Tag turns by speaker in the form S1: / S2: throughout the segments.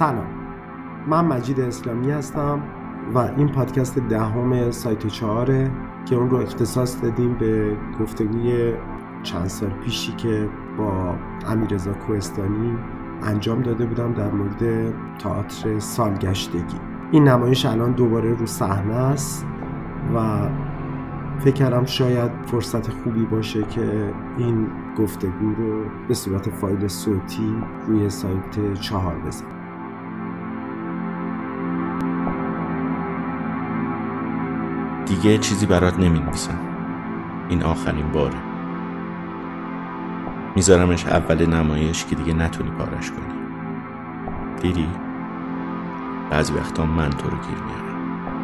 S1: سلام، من مجید اسلامی هستم و این پادکست دهم سایت 4 که اون رو اختصاص دادیم به گفتگوی چند سال پیشی که با امیررضا کوهستانی انجام داده بودم در مورد تئاتر سالگشتگی. این نمایش الان دوباره رو صحنه است و فکر کردم شاید فرصت خوبی باشه که این گفتگو رو به صورت فایل صوتی روی سایت 4 بذارم.
S2: دیگه چیزی برات نمی‌نویسم. این آخرین باره. میذارمش اول نمایش که دیگه نتونی پارش کنی. دیدی؟ بعضی وقتا من تو رو گیر میارم.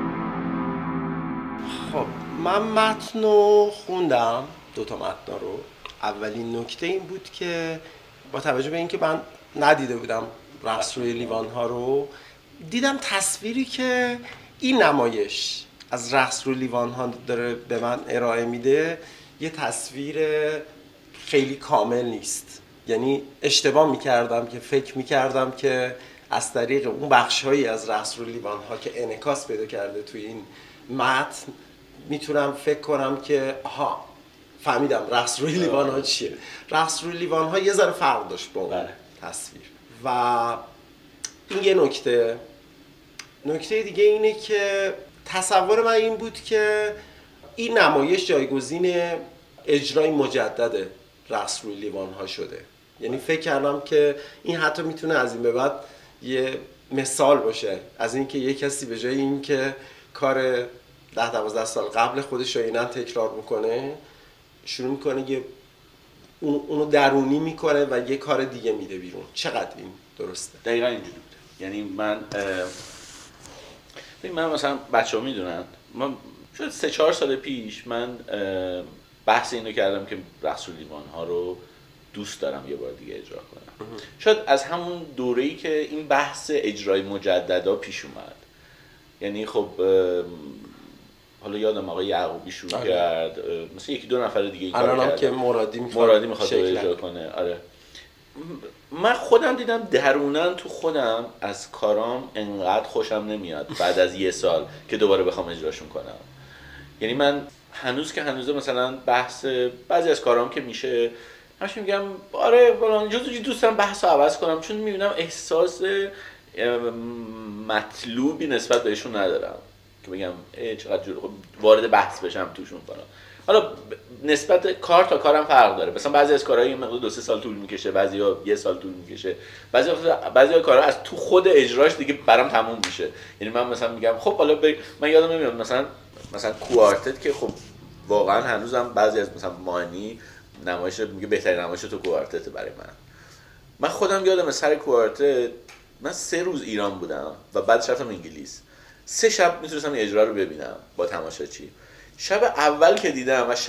S1: خب من متن رو خوندم، 2 متن رو. اولین نکته این بود که با توجه به اینکه من ندیده بودم رقص روی لیوان ها رو، دیدم تصویری که این نمایش از رقص روی لیوان ها داره به من ارائه میده یه تصویر خیلی کامل نیست. یعنی اشتباه میکردم که فکر میکردم که از طریق اون بخش‌هایی از رقص روی لیوان ها که انعکاس پیدا کرده توی این متن میتونم فکر کنم که آها فهمیدم رقص روی لیوان ها چیه. رقص روی لیوان ها یه ذره فرق داشت با اون تصویر. و این یه نکته دیگه اینه که تصور من این بود که این نمایش جایگزین اجرای مجدد رقص روی لیوان ها شده. یعنی فکر کردم که این حتی میتونه از این به بعد یه مثال باشه از اینکه یه کسی به جای اینکه کار 10-12 سال قبل خودش رو اینن تکرار میکنه، شروع میکنه یه اونو درونی میکنه و یه کار دیگه میده بیرون. چقدر این درسته؟
S3: دقیقا اینجوری بود. یعنی من مثلا بچه‌ها میدونن من شاید 3-4 سال پیش من بحث اینو کردم که رقص روی لیوان ها رو دوست دارم یه بار دیگه اجرا کنم. شاید از همون دوره‌ای که این بحث اجرای مجددا پیش اومد. یعنی خب حالا یادم آقای یعقوبی شروع کرد، مثلا 1-2 نفر دیگه این کارو کردن
S1: که مرادی
S3: میخواد اجرا کنه. آره من خودم دیدم درونن تو خودم از کارام انقدر خوشم نمیاد بعد از 1 سال که دوباره بخوام اجراشون کنم. یعنی من هنوزه مثلا بحث بعضی از کارام که میشه همش میگم آره فلان جزو دوستم بحثو عوض کنم، چون میبینم احساس مطلوبی نسبت بهشون ندارم که بگم چقدر وارد بحث بشم توشون کنم. حالا نسبت کار تا کارم فرق داره. مثلا بعضی از کارهای مقدار 2-3 سال طول میکشه، بعضیا 1 سال طول میکشه، بعضی کارها از تو خود اجراش دیگه برام تموم میشه. یعنی من مثلا میگم خب حالا من یادم نمیاد مثلا کوارتت که خب واقعا هنوزم بعضی از مثلا مانی نمایش میگه بهترین نمایش تو کوارتت برای من خودم یادم سر کوارتت من 3 روز ایران بودم و بعدش رفتم انگلیس. 3 شب میتونستم اجرا رو ببینم با تماشاچی. شب اول که دیدم و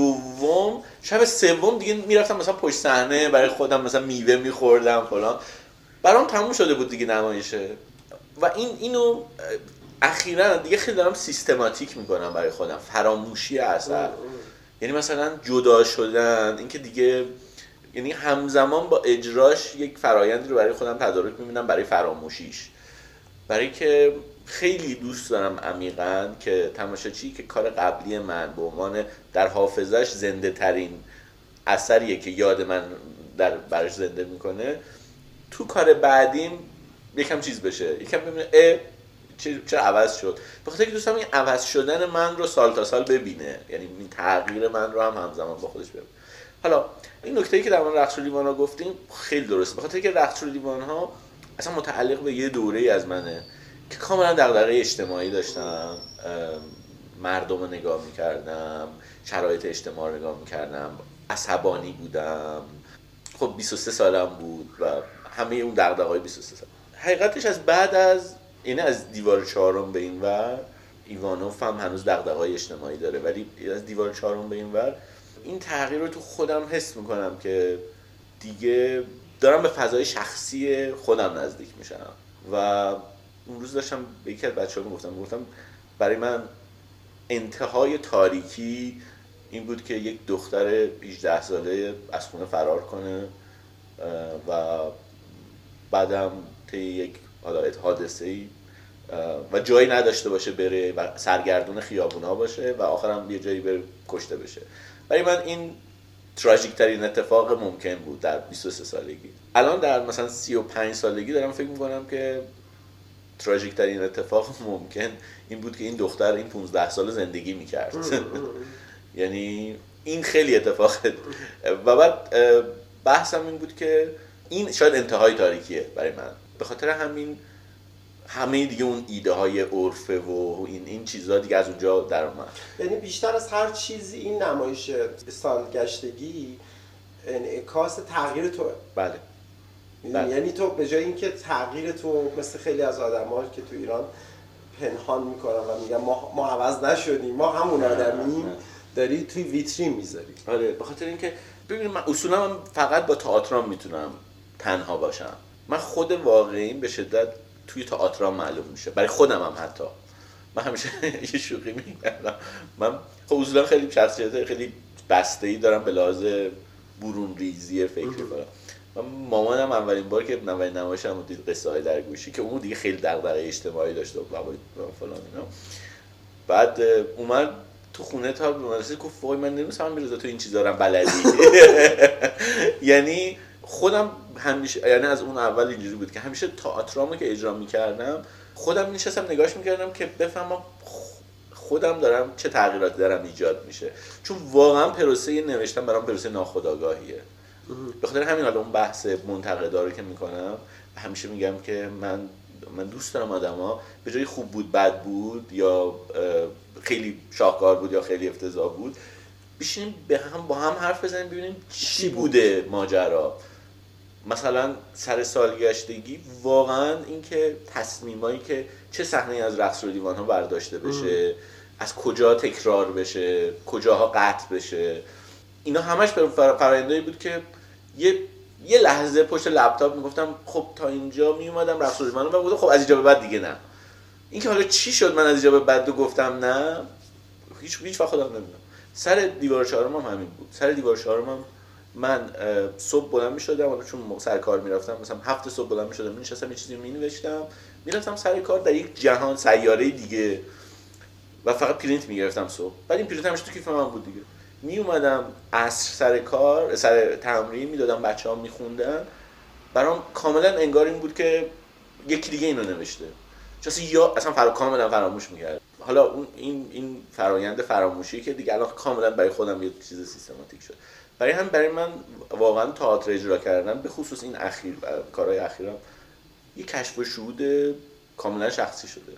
S3: شب سوم دیگه میرفتم مثلا پشت صحنه برای خودم مثلا میوه میخوردم فلان. برام تموم شده بود دیگه نمایشه. و اینو اخیراً دیگه خیلی دارم سیستماتیک میکنم برای خودم. فراموشی اثر، یعنی مثلا جدا شدن، اینکه دیگه یعنی همزمان با اجراش یک فرایندی رو برای خودم تدارک میبینم برای فراموشیش. برای که خیلی دوست دارم عمیقاً که تماشاچی که کار قبلی من به عنوان در حافظش زنده ترین اثریه که یاد من در برش زنده میکنه، تو کار بعدیم یکم چیز بشه، یکم ببینه چرا عوض شد. به خاطر که دوست دارم این عوض شدن من رو سال تا سال ببینه، یعنی این تغییر من رو هم همزمان با خودش ببینه. حالا این نکته‌ای که در مورد رقص روی لیوان ها گفتیم خیلی درسته، به خاطر که رقص روی لیوان ها اصلا متعلق به یه دوره‌ای از منه که کاملا دغدغه اجتماعی داشتم، مردم رو نگاه می‌کردم، شرایط اجتماعی رو نگاه می‌کردم، عصبانی بودم. خب 23 سالم بود و همه اون دغدغه‌های 23 سال. حقیقتش از بعد از یعنی از دیوار 4 به این ور، ایوانوف هم هنوز دغدغه‌های اجتماعی داره، ولی از دیوار 4 به این ور این تغییر رو تو خودم حس میکنم که دیگه دارم به فضای شخصی خودم نزدیک میشم. و اون روز داشتم به یکی از بچه‌ها گفتم برای من انتهای تاریکی این بود که یک دختر 18 ساله از خونه فرار کنه و بعدم طی یک حالا حادثه‌ای و جایی نداشته باشه بره و سرگردون خیابونا باشه و آخرم یه جایی بره کشته بشه. برای من این تراژیک ترین اتفاق ممکن بود در 23 سالگی. الان در مثلا 35 سالگی دارم فکر میکنم که تراژیک ترین اتفاق ممکن این بود که این دختر این 15 سال زندگی میکرد. یعنی این خیلی اتفاق. و بعد بحثم این بود که این شاید انتهای تاریکیه برای من، به خاطر همین همه دیگه اون ایده های عرفه و این چیزها دیگه از اونجا در اومد.
S1: یعنی بیشتر از هر چیزی این نمایش سالگشتگی انعکاس تغییر توه.
S3: بله.
S1: یعنی تو به جای اینکه تغییر تو مثل خیلی از آدم‌ها که تو ایران پنهان میکنن و میگن ما عوض نشدیم، ما همون آدمیم، داری توی ویترین میذاری.
S3: آره، به خاطر اینکه ببینید من اصولا من فقط با تئاترام میتونم تنها باشم. من خود واقعیم به شدت توی تئاترام معلوم میشه، برای خودم هم حتی. من همیشه یه شوخی میگم، من خب اصولا خیلی شخصیت خیلی بسته‌ای دارم به لحاظ برون ریزی فکری فلان. من مامانم اولین بار که اولین نمایشم دید قصه های در گوشی که اون دیگه خیلی دغدغه اجتماعی داشته و فلان اینا، بعد اومد تو خونه تا به من رسید گفت وای من نمی‌فهمم میرزا تو این چیزا رو بلدی. یعنی خودم همیشه، یعنی از اون اول اینجوری بود که همیشه تئاترامو که اجرا می‌کردم خودم می‌نشستم نگاهش می‌کردم که بفهمم خودم دارم چه تغییراتی دارم ایجاد میشه، چون واقعا پروسه نوشتن برام پروسه ناخودآگاهیه. به خاطر همین حالا اون بحث منتقدا رو که میکنم همیشه میگم که من دوست دارم آدما به جای خوب بود بد بود یا خیلی شاهکار بود یا خیلی افتضاح بود بشینیم با هم حرف بزنیم ببینیم چی بوده ماجرا. مثلا سر سالگشتگی واقعا اینکه تصمیمایی که چه صحنه‌ای از رقص رو دیوان‌ها برداشته بشه، از کجا تکرار بشه، کجاها قطع بشه، اینا همش فرآیندایی بود که یه لحظه پشت لپتاپ میگفتم خب تا اینجا میومدم رقص رو دیوان‌ها و گفتم خب از اینجا به بعد دیگه نه. این که حالا چی شد من از اینجا به بعد گفتم نه، هیچ وقت خودم نمیدونم. سر دیوار چهارم هم همین بود. سر دیوار چهارم هم من صبح بلند میشدم، چون سر کار میرفتم، مثلا 7 صبح بلند میشدم می‌نشستم یه چیزی مینوشتم، میرفتم سر کار در یک جهان سیاره دیگه و فقط پرینت میگرفتم صبح. بعد این پرینت همش تو کیف من بود دیگه. می اومدم عصر سر کار، سر تمرین میدادم بچه‌ها میخوندن، برام کاملا انگار این بود که یکی دیگه اینو نوشته. چون اصلا کاملا فراموش می‌کردم. حالا اون این فرآیند فراموشی که دیگه الان کاملا برای خودم یه چیز سیستماتیک شد. برای من واقعا تئاتر اجرا کردن به خصوص این کارهای اخیرم یه کشف و شهود کاملا شخصی شده.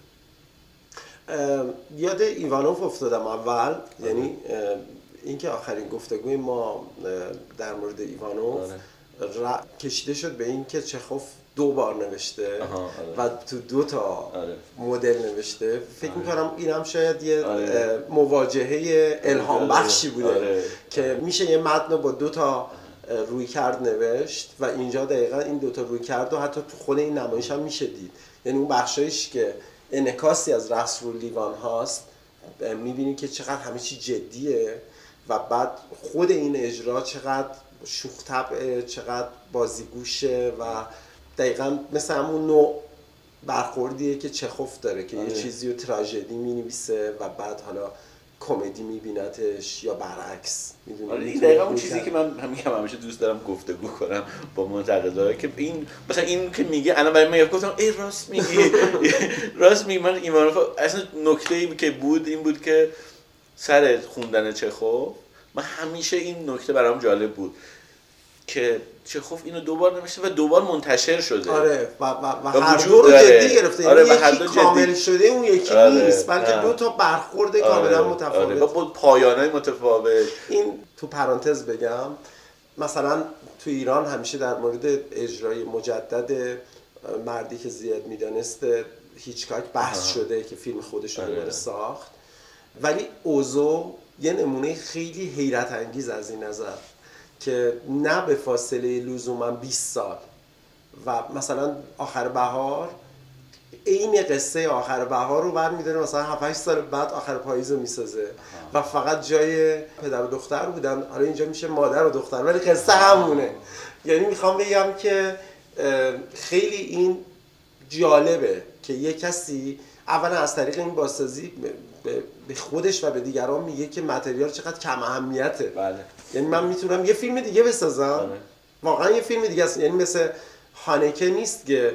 S1: یاد ایوانوف افتادم اول، یعنی اینکه آخرین گفتگوی ما در مورد ایوانوف کشیده شد به این که چخوف 2 بار نوشته و تو 2 تا مدل نوشته. فکر میکنم اینم شاید یه مواجهه الهام بخشی بوده که میشه یه متن با 2 تا رویکرد نوشت و اینجا دقیقا این 2 تا رویکرد رو حتی تو خود این نمایش هم میشه دید. یعنی اون بخشایش که انعکاسی از رقص رو لیوان هاست میبینی که چقدر همه چی جدیه و بعد خود این اجرا چقدر شوخ طبعه، چقدر بازیگوشه و دقیقاً مثل همون نوع برخوردیه که چخوف داره که یه چیزی رو تراژدی می‌نویسه و بعد حالا کمدی می‌بینتش یا برعکس.
S3: این دقیقاً اون چیزی که من همیشه دوست دارم گفتگو کنم با منتقدا که این مثلا این که میگه الان برای من گفتم ای راست میگی من ایوانوف اصلا نکته‌ای که بود این بود که سر خوندن چخوف من همیشه این نکته برام جالب بود که چخوف اینو 2 بار نوشته و 2 بار منتشر شده.
S1: آره و هر دو رو جدی گرفته.
S3: آره
S1: یکی کامل شده اون یکی نیست، بلکه 2 تا برخورد کاملا متفاوت
S3: با پایانای متفاوت.
S1: این تو پرانتز بگم مثلا تو ایران همیشه در مورد اجرای مجدد مردی که زیاد میدانست هیچکاک بحث شده که فیلم خودش رو دوباره ساخت، ولی اوزو یه نمونه خیلی حیرت انگیز از این نظر که نه به فاصله لزوما 20 سال و مثلا آخر بهار این قصه آخر بهار رو برمی‌داره مثلا 7-8 سال بعد آخر پاییز رو میسازه و فقط جای پدر و دختر بودن، حالا اینجا میشه مادر و دختر ولی قصه همونه. یعنی میخوام بگم که خیلی این جالبه که یه کسی اولا از طریق این بازسازی به خودش و به دیگران میگه که متریال چقدر کم اهمیته.
S3: بله.
S1: یعنی من میتونم یه فیلم دیگه بسازم، واقعا یه فیلم دیگه است. یعنی مثل هانکه نیست که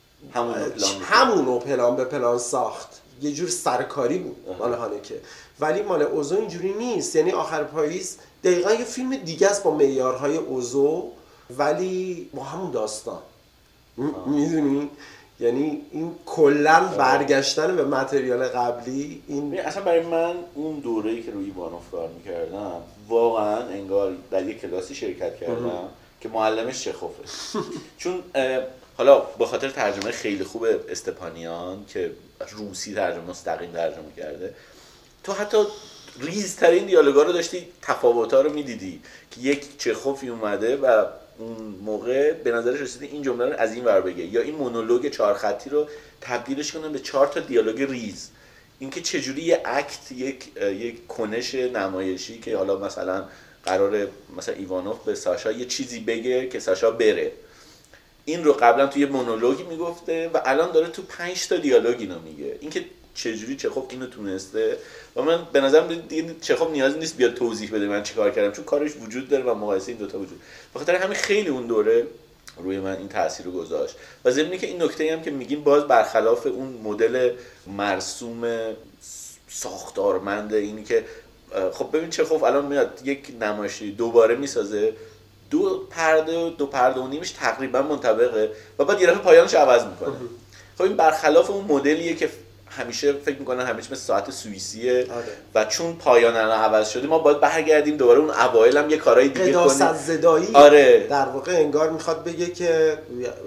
S1: همونو پلان به پلان ساخت، یه جور سرکاری بود مال هانکه، ولی مال اوزو اینجوری نیست. یعنی آخر پاییز دقیقا یه فیلم دیگه است با معیارهای اوزو ولی با همون داستان. میدونی؟ یعنی این کلا برگشتن به متریال قبلی. این
S3: اصلا برای من اون دوره‌ای که روی ایوانوف کار می‌کردم واقعا انگار در یک کلاسی شرکت کردم که معلمش چخوفه. چون حالا به خاطر ترجمه خیلی خوب استپانیان که روسی مستقیم ترجمه کرده، تو حتی ریزترین دیالوگا رو داشتی، تفاوت‌ها رو می‌دیدی که یک چخوفی اومده و اون موقع به نظرش رسیده این جمله رو از این ور بگه، یا این مونولوگ 4 خطی رو تبدیلش کنه به 4 تا دیالوگ ریز. اینکه چجوری یه اکت، یک کنش نمایشی که حالا مثلا قراره مثلا ایوانوف به ساشا یه چیزی بگه که ساشا بره، این رو قبلا توی یه مونولوگی میگفته و الان داره تو 5 تا دیالوگ اینو میگه. اینکه چجوری چخوف اینو تونسته و من به نظرم دیگه چخوف نیازی نیست بیاد توضیح بده من چیکار کردم، چون کارش وجود داره و مقایسه این دوتا وجود. بخاطر همین خیلی اون دوره روی من این تاثیر رو گذاشت. و ضمن که این نکته هم که میگیم باز برخلاف اون مدل مرسوم ساختارمند، اینی که خب ببین چخوف الان میاد یک نمایشی دوباره میسازه، دو پرده و نیمش تقریبا منطبقه و بعد یه دفعه پایانش عوض میکنه. خب این برخلاف اون مدلیه که همیشه فکر میکنن همیشه مثل ساعت سوئیسیه و چون پایان الان عوض شده ما باید برگردیم دوباره اون اوایل هم یه کارهای دیگه کنیم.
S1: قداست زدایی.
S3: آره.
S1: در واقع انگار میخواد بگه که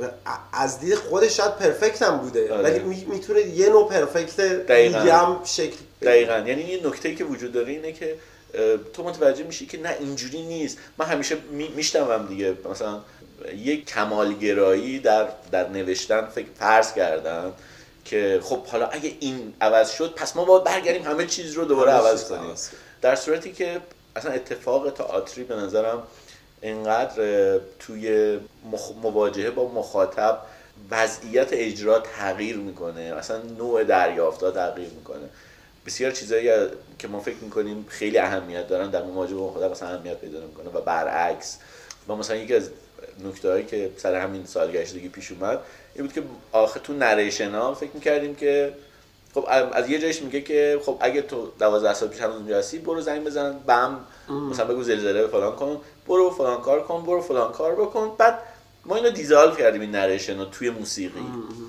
S1: از دید خودش شاید پرفکت هم بوده ولی میتونه یه نوع پرفکت دیگه هم شکل بده.
S3: دقیقاً. یعنی یه نکته‌ای که وجود داره اینه که تو متوجه میشی که نه اینجوری نیست. من همیشه میشنوم دیگه مثلا یک کمالگرایی در نوشتن فرض کردم که خب حالا اگه این عوض شد پس ما باید برگردیم همه چیز رو دوباره عوض کنیم، در صورتی که اصلا اتفاق تئاتری به نظرم اینقدر توی مواجهه با مخاطب وضعیت اجرا تغییر میکنه، اصلا نوع دریافت‌ها تغییر میکنه. بسیار چیزایی که ما فکر میکنیم خیلی اهمیت دارن در مواجهه با مخاطب اصلا اهمیت پیدا نمیکنه و برعکس. و مثلا یکی از نکته‌هایی که سر همین سالگشتگی پیش اومد این بود که آخه تو نریشن‌ها فکر می‌کردیم که خب از یه جایش میگه که خب اگه تو 12 سال پیش هنوز اونجا هستی برو زنگ بزن بم مثلا بگو زلزله فلان کن، برو فلان کار کن، برو فلان کار بکن. بعد ما اینو دیزالو کردیم این نریشنو توی موسیقی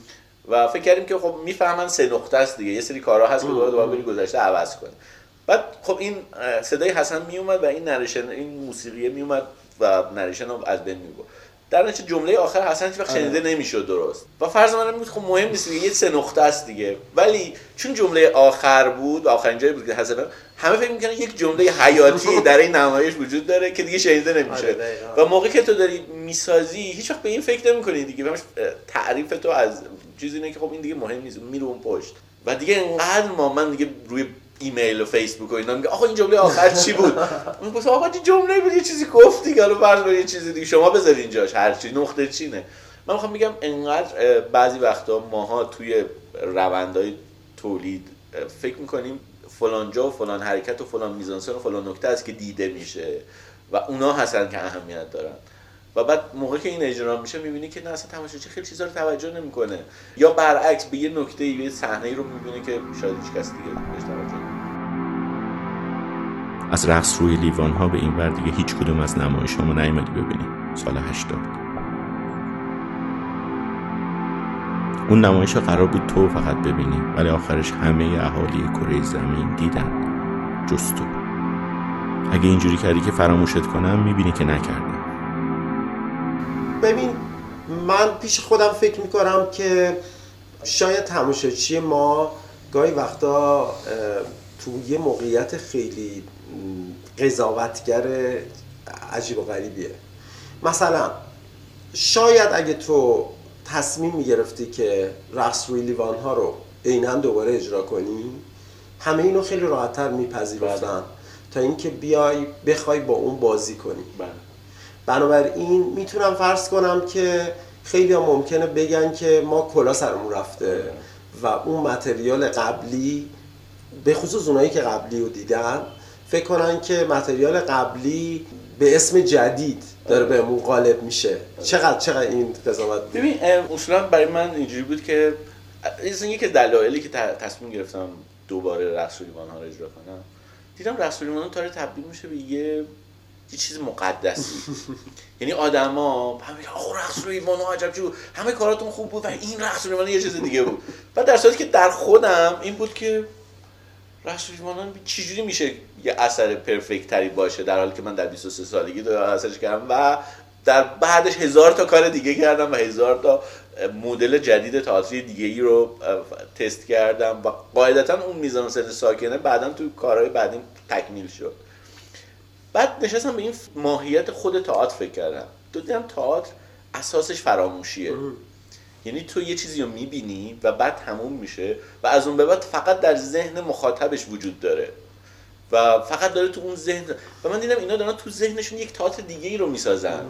S3: و فکر کردیم که خب میفهمن 3 نقطه است دیگه، یه سری کارها هست که باید بری گذشته عوض کنی. بعد خب این صدای حسن میومد و این نریشن این موسیقیه میومد و نریشن رو از بین میبرد. در نتیجه جمله آخر حسن هیچ وقت شنیده نمیشد درست و فرض من بود خب مهم نیست دیگه، یه 3 نقطه است دیگه، ولی چون جمله آخر بود و آخرین جایی بود که حسن همه فکر میکنن یک جمله حیاتی در این نمایش وجود داره که دیگه شنیده نمیشه و موقعی که تو داری میسازی هیچ وقت به این فکر نمیکنی دیگه. تعریف تو از چیزی اینه که خب این دیگه مهم نیست، میره اون پشت و دیگه انقدر من دیگه روی ایمیل و فیسبوک و اینا میگه آقا این جمله آخر چی بود؟ من گفتم آقا این جمله بود، یه چیزی گفت دیگه، حالا فرض کن یه چیزی دیگه شما بذار اینجاش، هر چی نقطه چینه. من میخوام بگم انقدر بعضی وقتا ماها توی روندهای تولید فکر میکنیم فلان جا و فلان حرکت و فلان میزانسن و فلان نکته است که دیده میشه و اونا هستن که اهمیت دارن و بعد موقعی که این اجرا میشه میبینی که نه اصلا تماشاچی خیلی چیزا رو توجه نمیکنه یا برعکس به یه نکته به صحنه‌ای رو میبینه که شاید هیچ کس دیگه بهش توجه نمیکنه.
S2: از رقص روی لیوان ها به این ور دیگه هیچ کدوم از نمایشامو نیومدی ببینی. سال 80 اون نمایش قرار بود تو فقط ببینی ولی آخرش همه اهالی کره زمین دیدن جز تو. اگه اینجوری کردی که فراموشت کنم میبینی که نکردم.
S1: ببین من پیش خودم فکر میکنم که شاید تماشاچی ما گاهی وقتا تو یه موقعیت خیلی قضاوتگر عجیب و غریبیه. مثلا شاید اگه تو تصمیم میگرفتی که رقص روی لیوان ها رو عیناً دوباره اجرا کنی همه اینو خیلی راحت‌تر میپذیرفتن تا اینکه بخوای با اون بازی کنی. بنابراین میتونم فرض کنم که خیلی ها ممکنه بگن که ما کلا سرمون رفته و اون متریال قبلی، به خصوص اونایی که قبلی رو دیدن، فکر کنن که متریال قبلی به اسم جدید داره بهمون غالب میشه. چقدر این قضاوت؟
S3: ببین اصولا برای من اینجوری بود که یکی از دلایلی که تصمیم گرفتم دوباره رقص و لیوان ها رو اجرا کنم، دیدم رقص و لیوان ها داره تبدیل میشه به یه چیز مقدسی. یعنی آدما همه میگن آقا رقص و لیوان ها عجب چیه، همه کاراتون خوب بود و این رقص و لیوان یه چیز دیگه بود. بعد در صورتی که در خودم این بود که رقص و لیوان ها چجوری میشه یه اثر پرفکت تری باشه، در حالی که من در 23 سالگی اثرش کردم و در بعدش 1000 تا کار دیگه کردم و 1000 تا مدل جدید تئاتری دیگه ای رو تست کردم و قاعدتا اون میزانسن ساکنه بعداً تو کارهای بعدیم تکمیل شد. بعد نشستم به این ماهیت خود تئاتر فکر کردم. دیدم تئاتر اساسش فراموشیه. یعنی تو یه چیزی رو میبینی و بعد تموم میشه و از اون به بعد فقط در ذهن مخاطبش وجود داره و فقط داره تو اون ذهن. و من دیدم اینا دارن تو ذهنشون یک تئاتر دیگه ای رو میسازن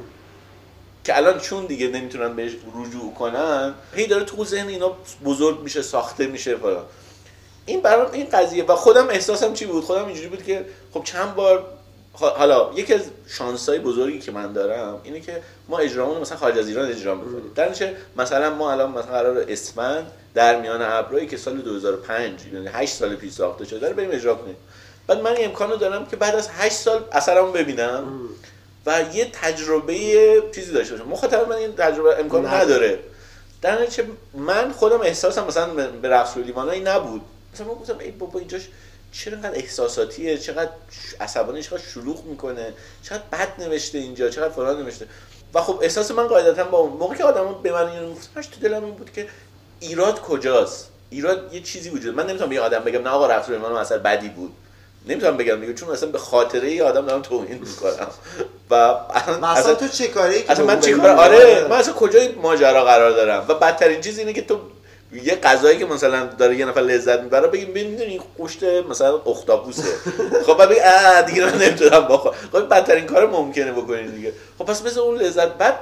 S3: که الان چون دیگه نمیتونن بهش رجوع کنن، هی داره تو ذهن اینا بزرگ میشه، ساخته میشه فلان. این برام این قضیه و خودم احساسم چی بود؟ خودم اینجوری بود که خب چند بار، حالا یکی از شانس‌های بزرگی که من دارم اینه که ما اجرامون مثلا خارج از ایران اجرا می‌کنیم. در نتیجه مثلا ما الان مثلا قرار اسفند در میان ابرایی که سال 2005 یعنی 8 سال پیش ساخته شده رو بریم اجرا کنیم. بعد من این امکانو دارم که بعد از 8 سال اثرمو ببینم و یه تجربه چیزی داشته باشم. مخاطب من این تجربه امکان نداره. در نتیجه من خودم احساسم مثلا به رقص و لیوانایی نبود. مثلا من گفتم ای بابا اینجاش چرا انقدر احساساتیه، چقدر عصبانی، چقدر شلوغ میکنه، چقدر بد نوشته اینجا، چقدر فلان نوشته. و خب احساس من قاعدتا با اون موقع که آدما به من اینو گفتن تو دلم این بود که ایراد کجاست؟ ایراد یه چیزی وجود. من نمیتونم به یه آدم بگم نه آقا رقص و لیوان اثر بدی بود. نمیتونم بگم دیگه، چون اصلا به خاطره یه آدم دارم توهین میکنم. و
S1: اصلا تو چه کاری که
S3: اصلا من چه کار؟ آره من اصلا کجای ماجرا قرار دارم؟ و بدترین چیز اینه که تو یه غذایی که مثلا داره یه نفر لذت میبره بگیم میدونی گوشت مثلا اختاپوسه، خب بعد بگی دیگه من نمیتونم بخورم. خب بدترین کار ممکنه بکنین دیگه. خب پس مثلا اون لذت. بعد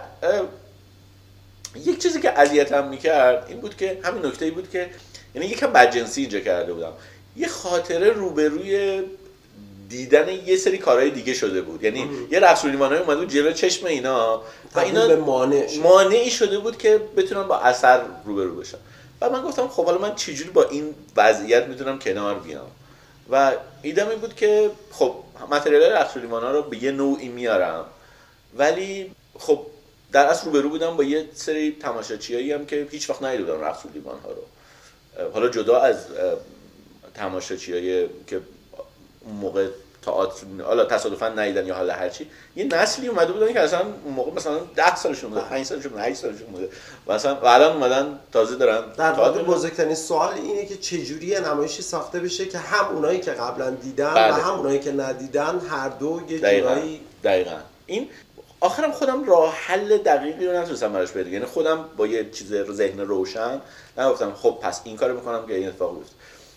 S3: یک چیزی که اذیتم میکرد این بود که همین نکته‌ای بود که یعنی یکم بدجنسی اینجا کرده بودم. یه خاطره روبروی دیدن یه سری کارهای دیگه شده بود. یعنی یه رقص و لیوانایی اومده بود جلوی چشم اینا و اینا
S1: به مانعی
S3: شده بود که بتونن با اثر روبرو بشن. و من گفتم خب حالا من چجوری با این وضعیت میتونم کنار بیام؟ و ایدم این بود که خب متریال رقص و لیوان ها رو به یه نوعی میارم، ولی خب در اصل روبرو بودم با یه سری تماشاچیایی هم که هیچ وقت ندیده بودن رقص و لیوان ها رو. حالا جدا از تماشاچیایی که اون موقع تئاتر حالا تصادفاً ندیدن یا حالا هرچی، یه نسلی اومده بودن که اصلا اون موقع مثلا 10 سالشون بوده، 5 سالشون بوده، 8 سالشون بوده و الان اومدن تازه دارن.
S1: در واقع بزرگترین سوال اینه که چجوری نمایشی ساخته بشه که هم اونایی که قبلا دیدن و هم اونایی که ندیدن هر دو یه جورایی.
S3: دقیقاً این آخرم خودم راه حل دقیقی رو نتونستم براش پیدا کنم. یعنی خودم با یه چیز ذهن روشن نگفتم خب پس این کارو میکنم که این اتفاق بیفته.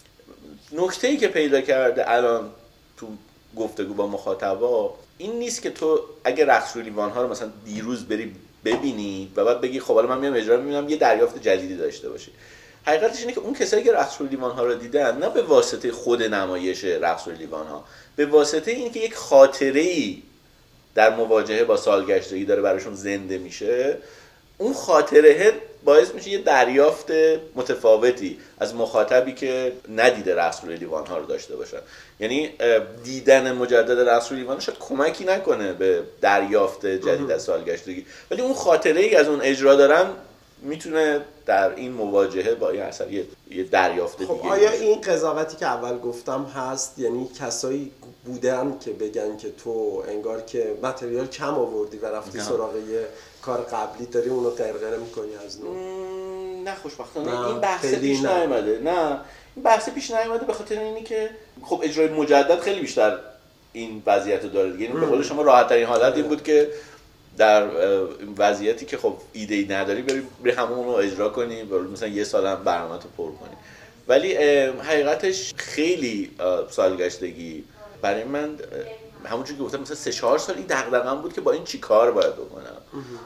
S3: نکته‌ای که پیدا کرده الان تو گفتگو با مخاطبا این نیست که تو اگه رقص و لیوان ها رو مثلا دیروز بری ببینی و بعد بگی خب حالا من میام اجرا میبینم یه دریافت جدیدی داشته باشی. حقیقتش اینه که اون کسایی که رقص و لیوان ها رو دیدن نه به واسطه خود نمایش رقص و لیوان ها، به واسطه اینکه یک خاطره‌ای در مواجهه با سالگشتگی داره براشون زنده میشه، اون خاطره باعث میشه یه دریافت متفاوتی از مخاطبی که ندیده رقص روی لیوان ها رو داشته باشن. یعنی دیدن مجدد رقص روی لیوان شاید کمکی نکنه به دریافت جدید از سالگشتگی، ولی اون خاطره ای از اون اجرا دارن میتونه در این مواجهه با این اثر یه دریافت دیگه.
S1: خب آیا این قضاوتی که اول گفتم هست؟ یعنی کسایی بودن که بگن که تو انگار که متریال کم آوردی و رفتی سراغ یه کار قبلی داری اونو غرغره میکنی از نو؟
S3: نه خوشبختانه این بحث پیش نیامده. نه این بحث پیش نیامده به خاطر اینی که خب اجرای مجدد خیلی بیشتر این وضعیت رو داره دیگه. یعنی به قول شما راحت ترین حالت این بود که در وضعیتی که خب ایده‌ای نداری بری همون رو اجرا کنی و مثلا یه سال هم برنامه‌تو پر کنی. ولی حقیقتش خیلی سالگشتگی برای من همونجوری که گفتم مثلا 3-4 سال این دغدغه‌ام بود که با این چی کار باید بکنم.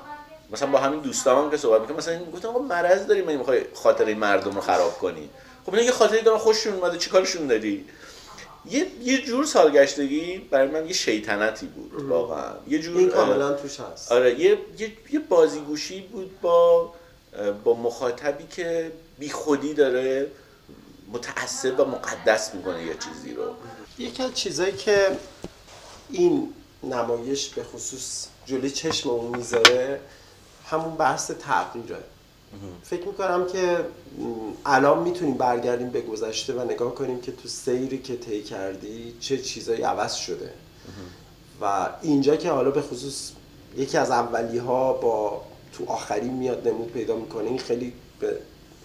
S3: مثلا با همین دوستام که صحبت می‌کردم مثلا گفتم آقا مرض داری، من می‌خوای خاطره مردم رو خراب کنی؟ خب اینا یه خاطری دارن خوششون اومده، چیکارشون داری؟ یه جور سالگشتگی برای من یه شیطنتی بود واقعا، یه جور
S1: این کاملا توش هست.
S3: آره یه بازیگوشی بود با مخاطبی که بی خودی داره متعصب و مقدس میکنه یه چیزی رو.
S1: یکی از چیزایی که این نمایش به خصوص جلوی چشممون میذاره همون بحث تغییره. فکر میکنم که الان میتونیم برگردیم به گذشته و نگاه کنیم که تو سیری که طی کردی چه چیزایی عوض شده و اینجا که حالا به خصوص یکی از اولی‌ها با تو آخری میاد نمود پیدا میکنه، این خیلی به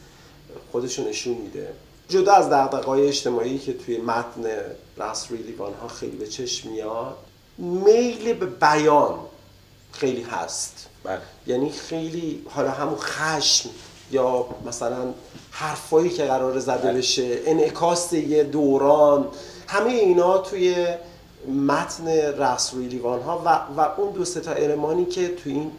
S1: خودشو نشون میده. جدا از دغدغه‌های اجتماعی که توی متن رأس روی لیوان‌ها خیلی به چشم میاد، میل به بیان خیلی هست.
S3: بله.
S1: یعنی خیلی حالا همون خشم یا مثلا حرفایی که قراره زده بشه، انعکاس یه دوران، همه اینا توی متن رأس روی لیوان‌ها و اون دو سه تا المانی که توی این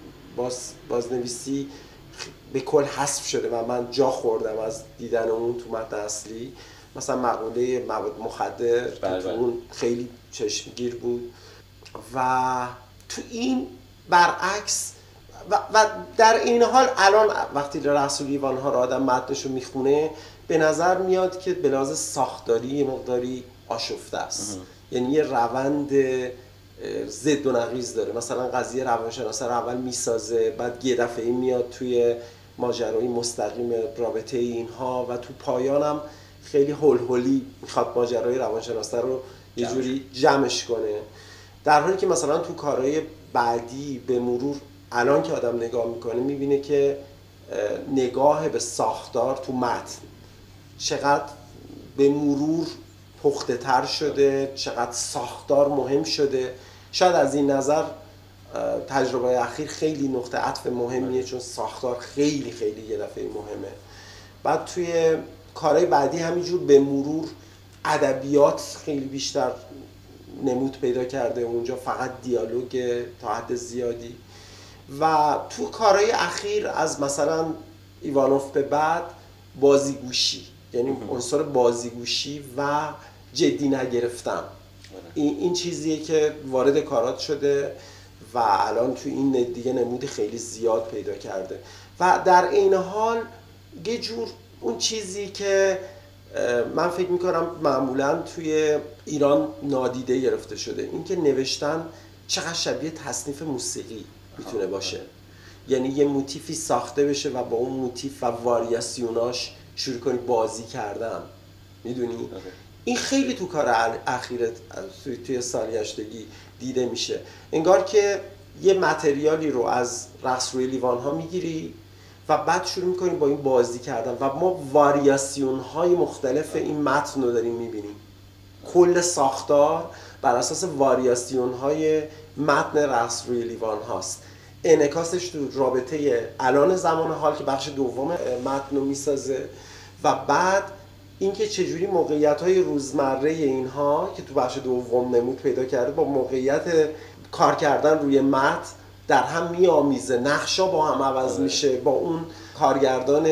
S1: بازنویسی به کل حذف شده و من جا خوردم از دیدن اون تو متن اصلی، مثلا مقوله مواد مخدر که اون خیلی چشمگیر بود و تو این برعکس و در این حال الان وقتی رأس لیوان‌ها رو آدم متنشو میخونه به نظر میاد که به لحاظ ساختاری یه مقداری آشفته است. یعنی یه روند ضد و نقیض داره. مثلا قضیه روانشناس رو اول میسازه، بعد یه دفعه میاد توی ماجرای مستقیم رابطه اینها و تو پایانم خیلی هولهولی میخواد ماجرای روانشناس رو یه جوری جمعش کنه، در حالی که مثلا تو کارهای بعدی به مرور الان که آدم نگاه میکنه میبینه که نگاه به ساختار تو متن چقدر به مرور پخته تر شده، چقدر ساختار مهم شده. شاید از این نظر تجربه اخیر خیلی نقطه عطف مهمیه، چون ساختار خیلی خیلی یه دفعه مهمه. بعد توی کارهای بعدی همینجور به مرور ادبیات خیلی بیشتر نمود پیدا کرده، اونجا فقط دیالوگ تا حد زیادی. و تو کارهای اخیر از مثلا ایوانوف به بعد بازیگوشی، یعنی عنصر بازیگوشی و جدی نگرفتن، این چیزیه که وارد کارات شده و الان تو این دیگه نمود خیلی زیاد پیدا کرده. و در این حال یه جور اون چیزی که من فکر میکنم معمولا توی ایران نادیده گرفته شده، این که نوشتن چقدر شبیه تصنیف موسیقی میتونه باشه. یعنی یه موتیفی ساخته بشه و با اون موتیف و واریاسیوناش شروع کنی بازی کردن، میدونی؟ این خیلی تو کار اخیرت توی سالگشتگی دیده میشه. انگار که یه متریالی رو از رأس روی لیوان‌ها میگیری و بعد شروع میکنی با این بازی کردن و ما واریاسیون‌های مختلف این متن رو داریم میبینیم. کل ساختار بر اساس واریاسیون‌های متن رأس روی لیوان‌هاست. انعکاسش تو رابطه الان زمان حال که بخش دوم متن رو میسازه و بعد اینکه چجوری موقعیت‌های روزمره اینها که تو بخش دوم نمود پیدا کرده با موقعیت کار کردن روی متن در هم میآمیزه، نقشا با هم عوض میشه، با اون کارگردان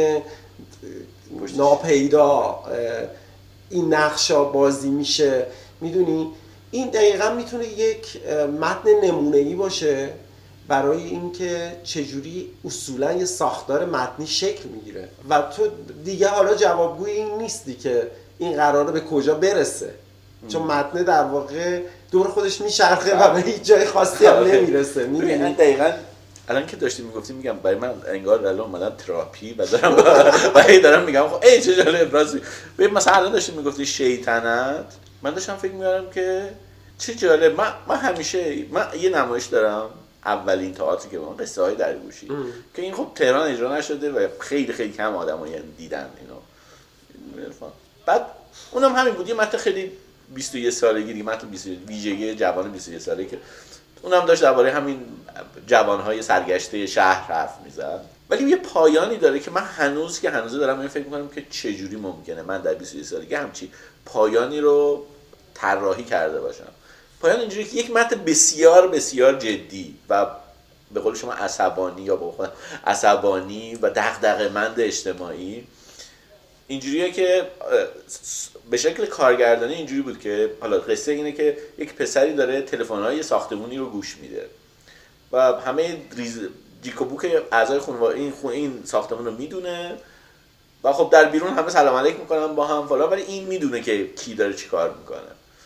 S1: ناپیدا این نقشا بازی میشه، میدونی؟ این دقیقاً میتونه یک متن نمونه‌ای باشه برای اینکه چجوری اصولاً یه ساختار متنی شکل میگیره و تو دیگه حالا جوابگوی این نیستی که این قراره به کجا برسه، چون متن در واقع دور خودش میچرخه و به هیچ جای خاصی هم نمیرسه.
S3: میدونی دقیقاً الان که داشتیم میگفتیم میگم برای من انگار الان اومدم تراپی و دارم میگم خب ای چه جالب راضی. ببین مثلا الان داشتیم میگفتی شیطنت، من داشتم فکر می‌کردم که چه جالب. من همیشه یه نمایش دارم، اولین تئاتری که من قصه های درگوشی که این خب تهران اجرا نشده و خیلی خیلی کم آدمایی دیدن اینو. بعد اونم همین بود، یه متن خیلی 21 سالگی دیگه، متن 21 ویژگی جوان 21 سالگی که اونم داشت درباره همین جوانهای سرگشته شهر حرف میزد، ولی یه پایانی داره که من هنوز دارم این فکر میکنم که چه جوری ممکنه من در 21 سالگی همچی پایانی رو طراحی کرده باشم. پایان اینجوری که یک متن بسیار بسیار جدی و به قول شما عصبانی یا با خودم عصبانی و دغدغه‌مند اجتماعی. اینجوریه که به شکل کارگردانی اینجوری بود که حالا قصه اینه که یک پسری داره تلفن‌های ساختمونی رو گوش میده و همه جیکوبوک اعضای خانواده این ساختمون رو میدونه و خب در بیرون همه سلام علیک میکنن با هم فلان، ولی این میدونه که کی داره چی کار میکنه.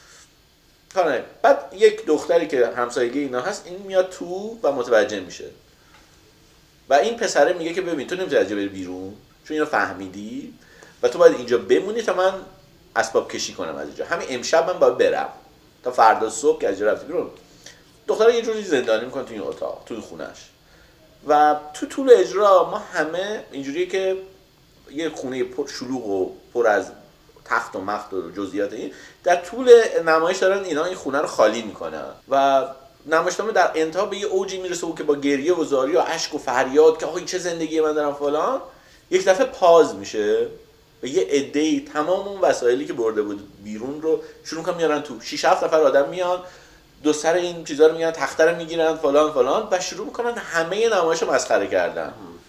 S3: بعد یک دختری که همسایگی اینا هست این میاد تو و متوجه میشه و این پسره میگه که ببین تو نمیتونی از اینجا بری بیرون چون اینو فهمیدی و تو باید اینجا بمونی تا من اسباب کشی کنم از اینجا، همین امشب من باید برم تا فردا صبح که از اینجا رفتی بیرون. دختره یه جوری زندانی میکنه تو این اتاق، تو این خونش. و تو طول اجرا ما همه اینجوریه که یه خونه پر شلوغ و پر از تخت و مخت و جزئیات این در طول نمایش دارن اینا این خونه رو خالی میکنن و نمایشنامه در انتها به یه اوجی میرسه که با گریه و زاری و اشک و فریاد که آقا این چه زندگی من دارم فلان، یک دفعه پاز میشه و یه عده‌ای تمام اون وسایلی که برده بود بیرون رو شروع کنن میارن تو. 6-7 نفر آدم میان دو سر این چیزا رو میگیرن، تخته رو میگیرن فلان فلان و شروع میکنن همه نمایش رو مسخره کردن.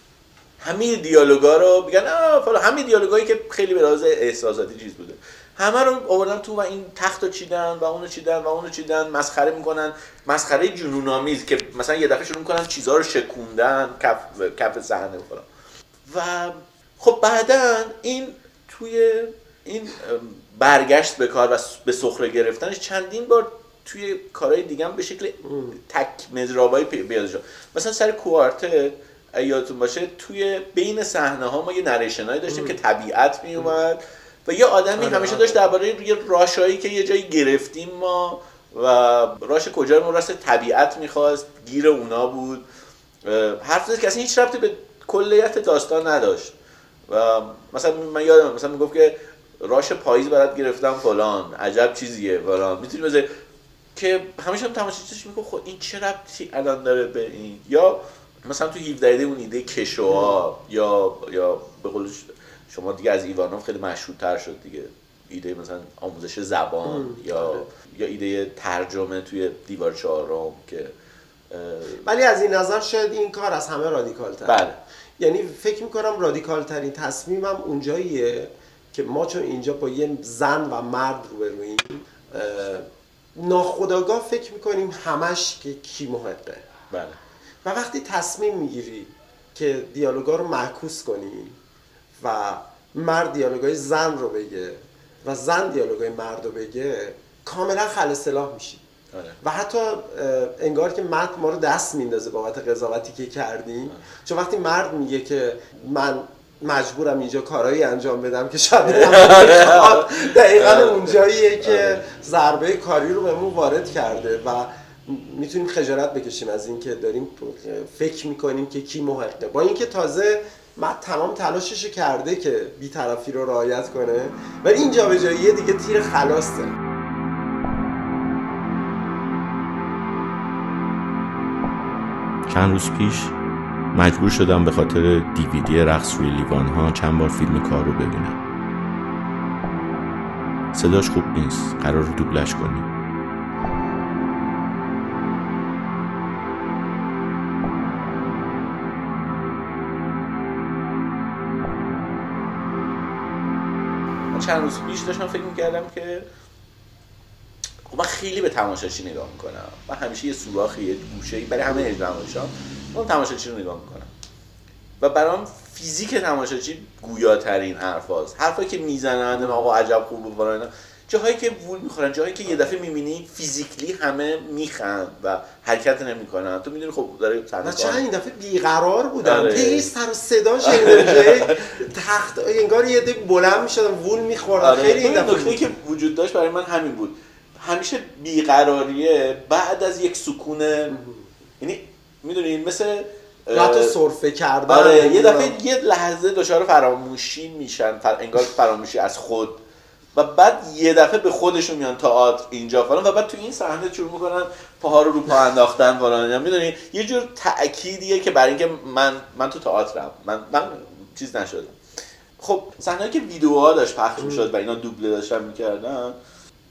S3: همه دیالوگا رو میگن فلان، همه دیالوگایی که خیلی به لحاظ احساساتی چیز بوده همه رو آوردن تو و این تخت رو چیدن و اونو چیدن و اونو چیدن، مسخره میکنن، مسخره جنون‌آمیز که مثلا یه دفعه شروع میکنن چیزا رو شکوندن کف صحنه فلان. و خب بعدن این توی این برگشت به کار و به سخره گرفتنش چندین بار توی کارهای دیگه هم به شکل تک مضرابای بیاد شد. مثلا سر کوارتت یادتون باشه توی بین صحنه ها ما یه نریشنایی داشتیم که طبیعت می اومد و یه آدمی همیشه داشت درباره یه راشایی که یه جایی گرفتیم ما و راش کجا راست طبیعت می‌خواست، گیر اونا بود، حرف زد که اصلا هیچ ربطی به کلیت داستان نداشت. و مثلا من یادم مثلا میگفت که راش پاییز برات گرفتم فلان، عجب چیزیه فلان، میتونی بذاری که همیشه هم تماشاگرش میگه خب این چه ربطی الان داره به این. یا مثلا تو 17 ایده اون ایده کشوها یا به قول شما دیگه از ایوانوف خیلی مشهورتر شد دیگه، ایده مثلا آموزش زبان یا ایده ترجمه توی دیوار چهارم که
S1: ولی از این نظر شاید این کار از همه رادیکال تر.
S3: بله.
S1: یعنی فکر میکنم رادیکال ترین تصمیمم اونجاییه که ما چون اینجا با یه زن و مرد روبرویم ناخودآگاه فکر میکنیم همش که کی محقه.
S3: بله.
S1: و وقتی تصمیم میگیری که دیالوگا رو معکوس کنی و مرد دیالوگای زن رو بگه و زن دیالوگای مرد رو بگه کاملا خل اصطلاح میشی. و حتی انگار که مرد ما رو دست میندازه بابت قضاوتی که کردیم. چون وقتی مرد میگه که من مجبورم اینجا کارهایی انجام بدم که شاید نمیخواد، دقیقاً اونجاییه که ضربه کاری رو بهمون وارد کرده و میتونیم خجالت بکشیم از این که داریم فکر میکنیم که کی محقه، با اینکه تازه مرد تمام تلاشش کرده که بی‌طرفی رو رعایت کنه ولی این جابجاییه دیگه تیر خلاصه.
S2: چند روز پیش مجبور شدم به خاطر دیویدی رقص روی لیوان‌ها چند بار فیلم کار رو ببینم. صداش خوب نیست، قرار رو دوبلش کنیم.
S3: چند روز پیش داشتم فکر می‌کردم که خب من خیلی به تماشاچی نگاه میکنم و همیشه یه سوراخی یه گوشه‌ای برای همه اجرامایش‌ها من تماشاچی رو نگاه میکنم و برام فیزیک تماشاچی گویاترین حرفایی که میزنن آقا عجب خوب بود اینا، جاهایی که وول میخورن، جاهایی که یه دفعه میبینی فیزیکلی همه میخند و حرکت نمیکنن، تو میدونی خب داره صحنه
S1: چند این دفعه بیقرار بودن هی سر و صدا شنیده تخت انگار یه دفعه بلند میشدن وول میخوردن. خیلی این دفعه
S3: نکته‌ای که وجود داشت برای من همین بود، همیشه بیقراریه بعد از یک سکون، یعنی میدونین مثل
S1: حتی سرفه کردن.
S3: آره یه دفعه یه لحظه دچار فراموشی میشن، انگار فراموشی از خود و بعد یه دفعه به خودشون میان تئاتر اینجا فلان و بعد تو این صحنه شروع میکنن پاها رو پا انداختن فلان، میدونی یه جور تأکیدیه که برای اینکه من تو تئاترم، من چیز نشدم. خب صحنه‌ای که ویدیوها داشت پخش میشد و اینا دوبله داشتن میکردن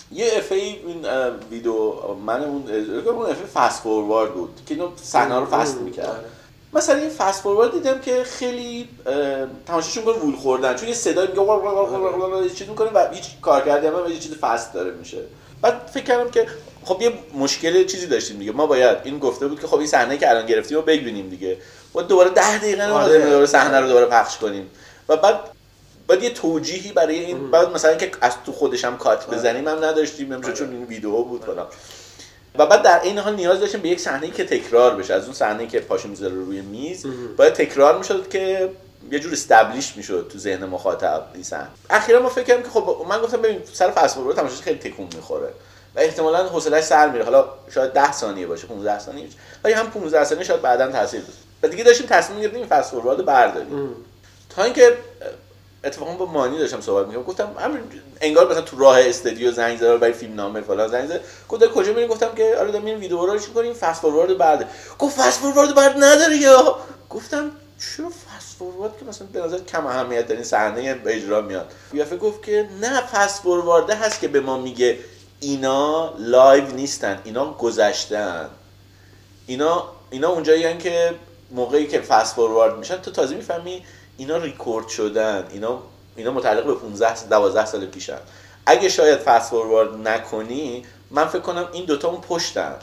S3: یه افه این ویدیو من اون افه فست فوروارد بود که اینو صحنه رو فست می‌کرد. مثلا این فست فوروارد دیدم که خیلی تماشاشون کنه وول خوردن، چون یه صدای میگه چیز میکنه و هیچ کارکردی هم یه چیز فست داره میشه. بعد فکر کردم که خب یه مشکل چیزی داشتیم دیگه، ما باید این گفته بود که خب این صحنه که الان گرفتیم رو ببینیم دیگه، باید دوباره 10 دقیقه دوباره صحنه رو دوباره پخش کنیم و بعد یه توجیهی برای این بعد مثلا که از تو خودش هم کات بزنیم هم نداشتیم، نمیشه چون این ویدیو بود فلان. و بعد در این حال نیاز داشتیم به یک صحنه‌ای که تکرار بشه، از اون صحنه‌ای که پاشو میذاره روی میز باید تکرار میشد که یه جور استابلیش میشد تو ذهن مخاطب این صحنه. اخیرا ما فکر کردیم که خب من گفتم ببین سر فست فوروارد تماشاش خیلی تکون میخوره و احتمالاً حوصله‌اش سر میره، حالا شاید 10 ثانیه باشه 15 ثانیه، ولی هم 15 ثانیه شاید بعداً تاثیر بذاره. و دیگه داشتیم تصمیم گرفتیم این فست فوروارد رو برداریم. تا اینکه اتفاقا با مانی داشتم صحبت می‌کردم، گفتم انگار مثلا تو راه استودیو زنگ زدن برای فیلم نامه فلان زنگ زد، گفت کجا میرین؟ گفتم که آره دارم این ویدیو رو چیکار کنیم فست فوروارد بعد. گفت فست فوروارد بعد نداره یا؟ گفتم چرا فست فوروارد که مثلا به نظر کم اهمیت ترین صحنه به اجرا میاد. یافه گفت که نه فست فوروارد هست که به ما میگه اینا لایو نیستن، اینا گذشتن، اینا اونجایین که موقعی که فست فوروارد میشن تو تازه میفهمی اینا ریکورد شدن، اینا متعلق به 12 سال پیشن. اگه شاید فست فوروارد نکنی من فکر کنم این دوتا اون پشتن.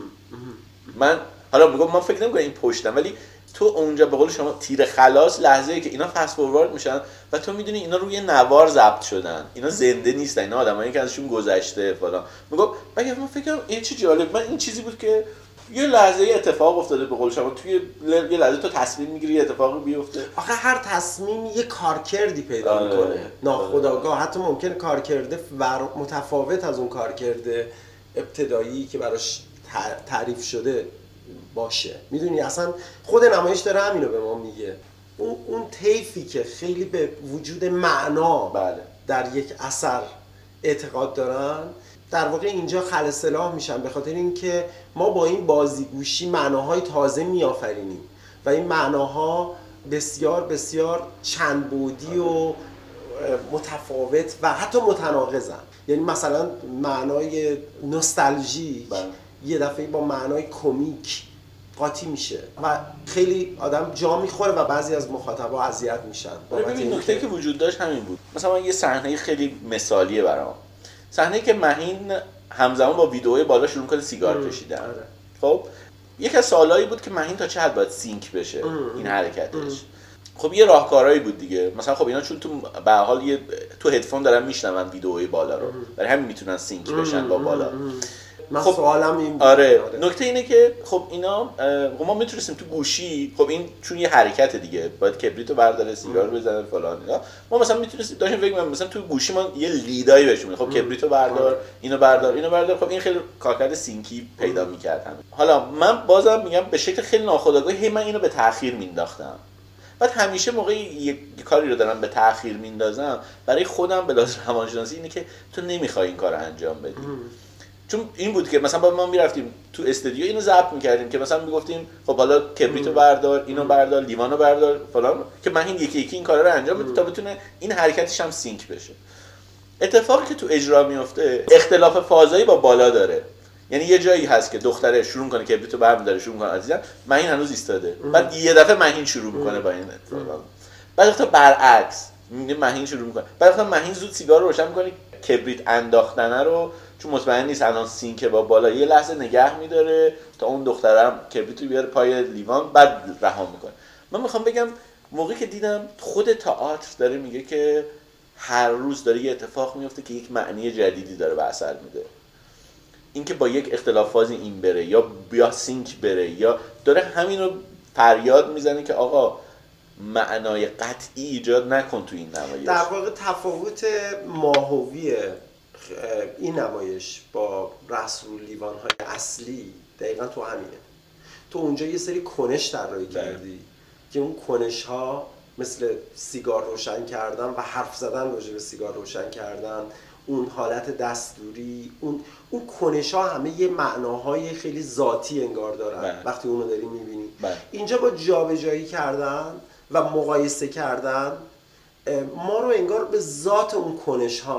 S3: من حالا میگم من فکر نمی‌کنم این پشتن، ولی تو اونجا به قول شما تیر خلاص لحظه‌ای که اینا فست فوروارد میشن و تو میدونی اینا روی نوار ضبط شدن، اینا زنده نیستن، اینا آدمایی که ازشون گذشته فلان. میگم من فکر کنم این چه جالب، من این چیزی بود که یه لحظه اتفاق افتاده به قول شما، توی یه لحظه تو تصمیم میگیری یه اتفاقی بیفته.
S1: آخه هر تصمیم یه کارکردی پیدا میکنه ناخودآگاه، حتی ممکنه کارکرد متفاوت از اون کارکرد ابتدایی که براش تعریف شده باشه. میدونی اصلا خود نمایش داره همینو به ما میگه، اون طیفی که خیلی به وجود معنا در یک اثر اعتقاد دارن در واقع اینجا خلسلاح میشن، به خاطر اینکه ما با این بازیگوشی معناهای تازه میآفرینیم و این معناها بسیار بسیار چند بعدی و متفاوت و حتی متناقضن. یعنی مثلا معنای نوستالژی یه دفعه با معنای کمیک قاطی میشه و خیلی آدم جا میخوره و بعضی از مخاطبا اذیت میشن.
S3: ببین نکته که وجود داشت همین بود. مثلا یه صحنه خیلی مثالیه برام، صحنه‌ای که مهین همزمان با ویدئوی بالا شروع کنه سیگار کشیدن. خب یک از سوالایی بود که مهین تا چه حد باید سینک بشه این حرکتش. خب یه راهکارایی بود دیگه، مثلا خب اینا چون تو به هر حال تو هدفون دارن میشنون ویدئوی بالا رو، برای همین میتونن سینک بشن با بالا.
S1: خب سوالم این بود.
S3: آره نکته اینه که خب اینا ما میتونستیم تو گوشی، خب این چون یه حرکت دیگه باید کبریتو برداره سیگار بزنه فلان اینا، ما مثلا میتونستیم داشتیم فکر مثلا تو گوشی ما یه لیدایی بهشون خب کبریتو بردار اینو بردار، خب این خیلی کارکرد سینکی پیدا می‌کرد همین. حالا من بازم میگم به شکل خیلی ناخودآگاه من اینو به تأخیر مینداختم. بعد همیشه موقعی یه کاری رو دارم به تأخیر میندازم برای خودم به لحاظ روانشناسی اینه که تو نمیخوای این کارو انجام بدی. چون این بود که مثلا با ما میرفتیم تو استودیو اینو ضبط میکردیم که مثلا میگفتیم خب حالا کبریتو بردار، اینو بردار، لیوانو بردار فلان، که من این یکی این کارا رو انجام بده تا بتونه این حرکتش هم سینک بشه. اتفاقی که تو اجرا میفته اختلاف فازایی با بالا داره. یعنی یه جایی هست که دختره شروع کنه کبریتو برمی‌داره شروع کنه عزیزم، مهین هنوز ایستاده، بعد یه دفعه مهین شروع میکنه با این اتفاق، بعد وقتا برعکس مهین شروع میکنه، بعد وقتا مهین زود سیگار رو روشن میکنه، کبریت انداختنه رو چون مطمئن نیست الان سینک با بالا یه لحظه نگه میداره تا اون دخترم کبریتو بیاره پای لیوان بعد رها میکنه. من میخوام بگم موقعی که دیدم خود تئاتر داره میگه که هر روز داره یه اتفاق میفته که یک معنی جدیدی داره به اثر میده، اینکه با یک اختلاف فازی این بره یا سینک بره یا داره همین رو فریاد میزنه که آقا معنای قطعی ایجاد نکن تو این نمایش.
S1: در واقع تفاوت ماهوی این نمایش با رقص رو لیوان‌های اصلی دقیقا تو همینه. تو اونجا یه سری کنش طراحی کردی که اون کنش‌ها مثل سیگار روشن کردن و حرف زدن راجع به سیگار روشن کردن، اون حالت دستوری، اون کنش‌ها همه یه معناهای خیلی ذاتی انگار دارن وقتی اونو داری می‌بینی. اینجا با جابجایی کردن و مقایسه کردن ما رو انگار به ذات اون کنش‌ها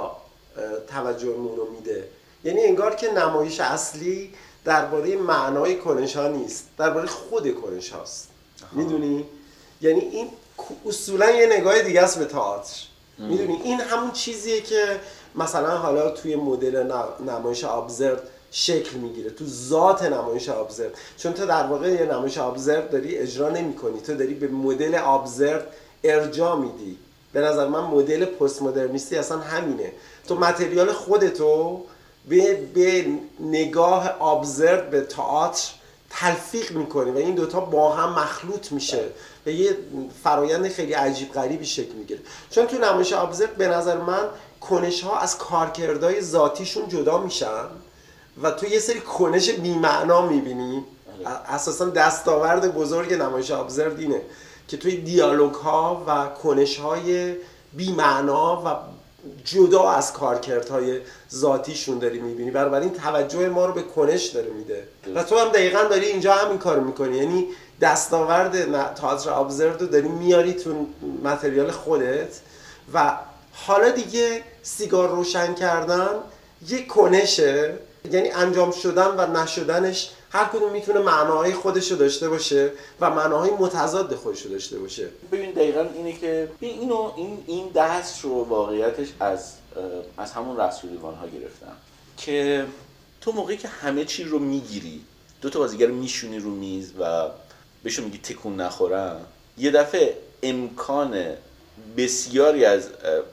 S1: توجهمون رو میده. یعنی انگار که نمایش اصلی درباره معنای کنش ها نیست، درباره خود کنش هاست. میدونی؟ یعنی این اصولا یه نگاه دیگه است به تئاتر. میدونی این همون چیزیه که مثلا حالا توی مدل نمایش ابزرد شکل میگیره، تو ذات نمایش ابزرد. چون تو در واقع یه نمایش ابزرد داری اجرا نمی‌کنی، تو داری به مدل ابزرد ارجاع میدی. به نظر من مدل پست مدرنیستی اصلا همینه. تو متریال خودتو به نگاه ابزرد به تئاتر تلفیق میکنی و این دوتا با هم مخلوط میشه و یه فرایند خیلی عجیب غریبی شکل میگیره. چون تو نمایش ابزرد به نظر من کنش ها از کارکردهای ذاتیشون جدا میشن و تو یه سری کنش بی‌معنا میبینی. اساسا دستاورد بزرگ نمایش ابزرد اینه که توی دیالوگ ها و کنش های بی‌معنا و جدا از کارکردهای ذاتیشون داری میبینی. بنابراین توجه ما رو به کنش داره میده و تو هم دقیقاً داری اینجا همین کارو میکنی. یعنی دستاورد تئاتر ابزرد رو داری میاری تو متریال خودت و حالا دیگه سیگار روشن کردن یه کنشه. یعنی انجام شدن و نشدنش هر کدوم میتونه معناهای خودشو داشته باشه و معناهای متضاد خودشو داشته باشه.
S3: ببین دقیقاً اینه که این دست رو واقعیتش از همون رقص و لیوان ها گرفتم که تو موقعی که همه چی رو میگیری، دو تا بازیگر رو میشونی رو میز و بهشون میگی تکون نخورن، یه دفعه امکان بسیاری از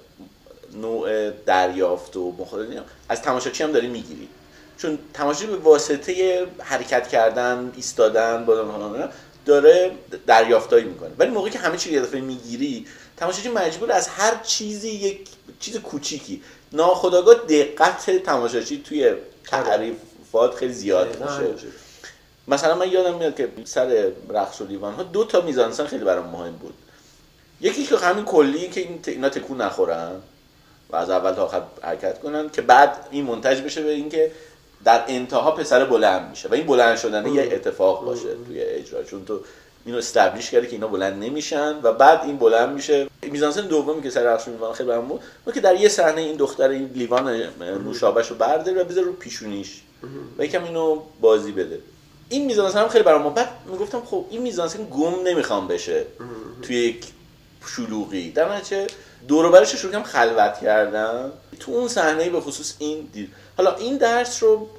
S3: نوع دریافت و مخاطبین از تماشاچی هم داری میگیری. چون تماشاچی به واسطه حرکت کردن، ایستادن، بازم داره دریافتایی میکنه. ولی موقعی که همه چی یه دفعه میگیری، تماشاچی مجبور از هر چیزی یک چیز کوچیکی، ناخودآگاه دقت تماشاچی توی تعریفات خیلی زیاد میشه. مثلا من یادم میاد که سر رقص و لیوان ها 2 تا میزانسن خیلی برام مهم بود. یکی که همین کلی که اینا تکون نخورن و از اول تا آخر حرکت کنن که بعد این منتج بشه به این که در انتها پسر بلند میشه و این بلند شدن یه اتفاق باشه توی اجرا، چون تو اینو استابلیش کردی که اینا بلند نمیشن و بعد این بلند میشه. میزانسن دومی که سر رقص لیوان خیلی برام بود که در یه صحنه این دختر این لیوان نوشابهشو برداره و بذاره رو پیشونیش و یکم اینو بازی بده. این میزانسن هم خیلی برام بعد میگفتم خب این میزانسن گم نمیخوام بشه توی یک شلوغی، در نتیجه دور و برش شروع کردم خلوت کردم تو اون صحنه به خصوص این دید. حالا این درس رو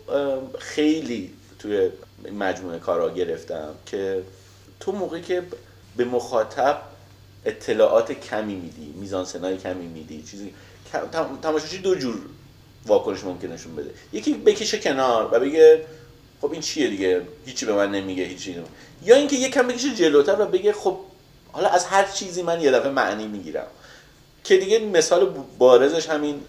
S3: خیلی توی مجموعه کارا گرفتم که تو موقعی که به مخاطب اطلاعات کمی میدی، میزانسنای کمی میدی، چیزی تماشاچی 2 جور واکنش ممکنه نشون بده. یکی بکشه کنار و بگه خب این چیه دیگه، هیچی به من نمیگه، هیچی نمیگه. یا اینکه یکم بکشه جلوتر و بگه خب حالا از هر چیزی من یه دفعه معنی میگیرم. که دیگه مثال بارزش همین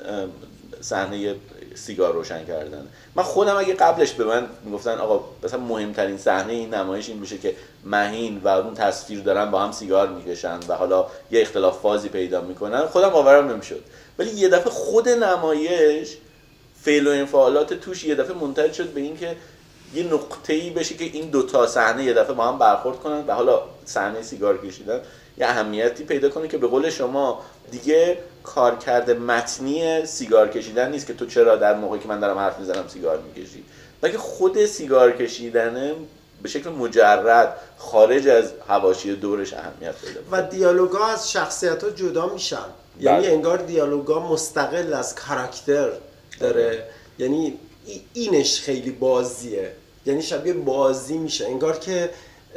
S3: صحنه سیگار روشن کردن. من خودم اگه قبلش به من میگفتن آقا مثلا مهمترین صحنه این نمایش این میشه که مهین و اون تصویر دارن با هم سیگار میکشن و حالا یه اختلاف فازی پیدا میکنن، خودم باورم نمیشد. ولی یه دفعه خود نمایش فعل و انفعالات توش یه دفعه منتج شد به این که یه نقطه‌ای بشه که این 2 تا صحنه یه دفعه با هم برخورد کنن و حالا صحنه سیگار کشیدن یه اهمیتی پیدا کنه که به قول شما دیگه کارکرد متنی سیگار کشیدن نیست که تو چرا در موقعی که من دارم حرف میزنم سیگار میکشی، بلکه خود سیگار کشیدن به شکل مجرد خارج از حواشی دورش اهمیت پیدا
S1: و دیالوگا از شخصیت‌ها جدا میشن. یعنی انگار دیالوگا مستقل از کاراکتر داره. یعنی اینش خیلی بازیه، یعنی شبیه بازی میشه. انگار که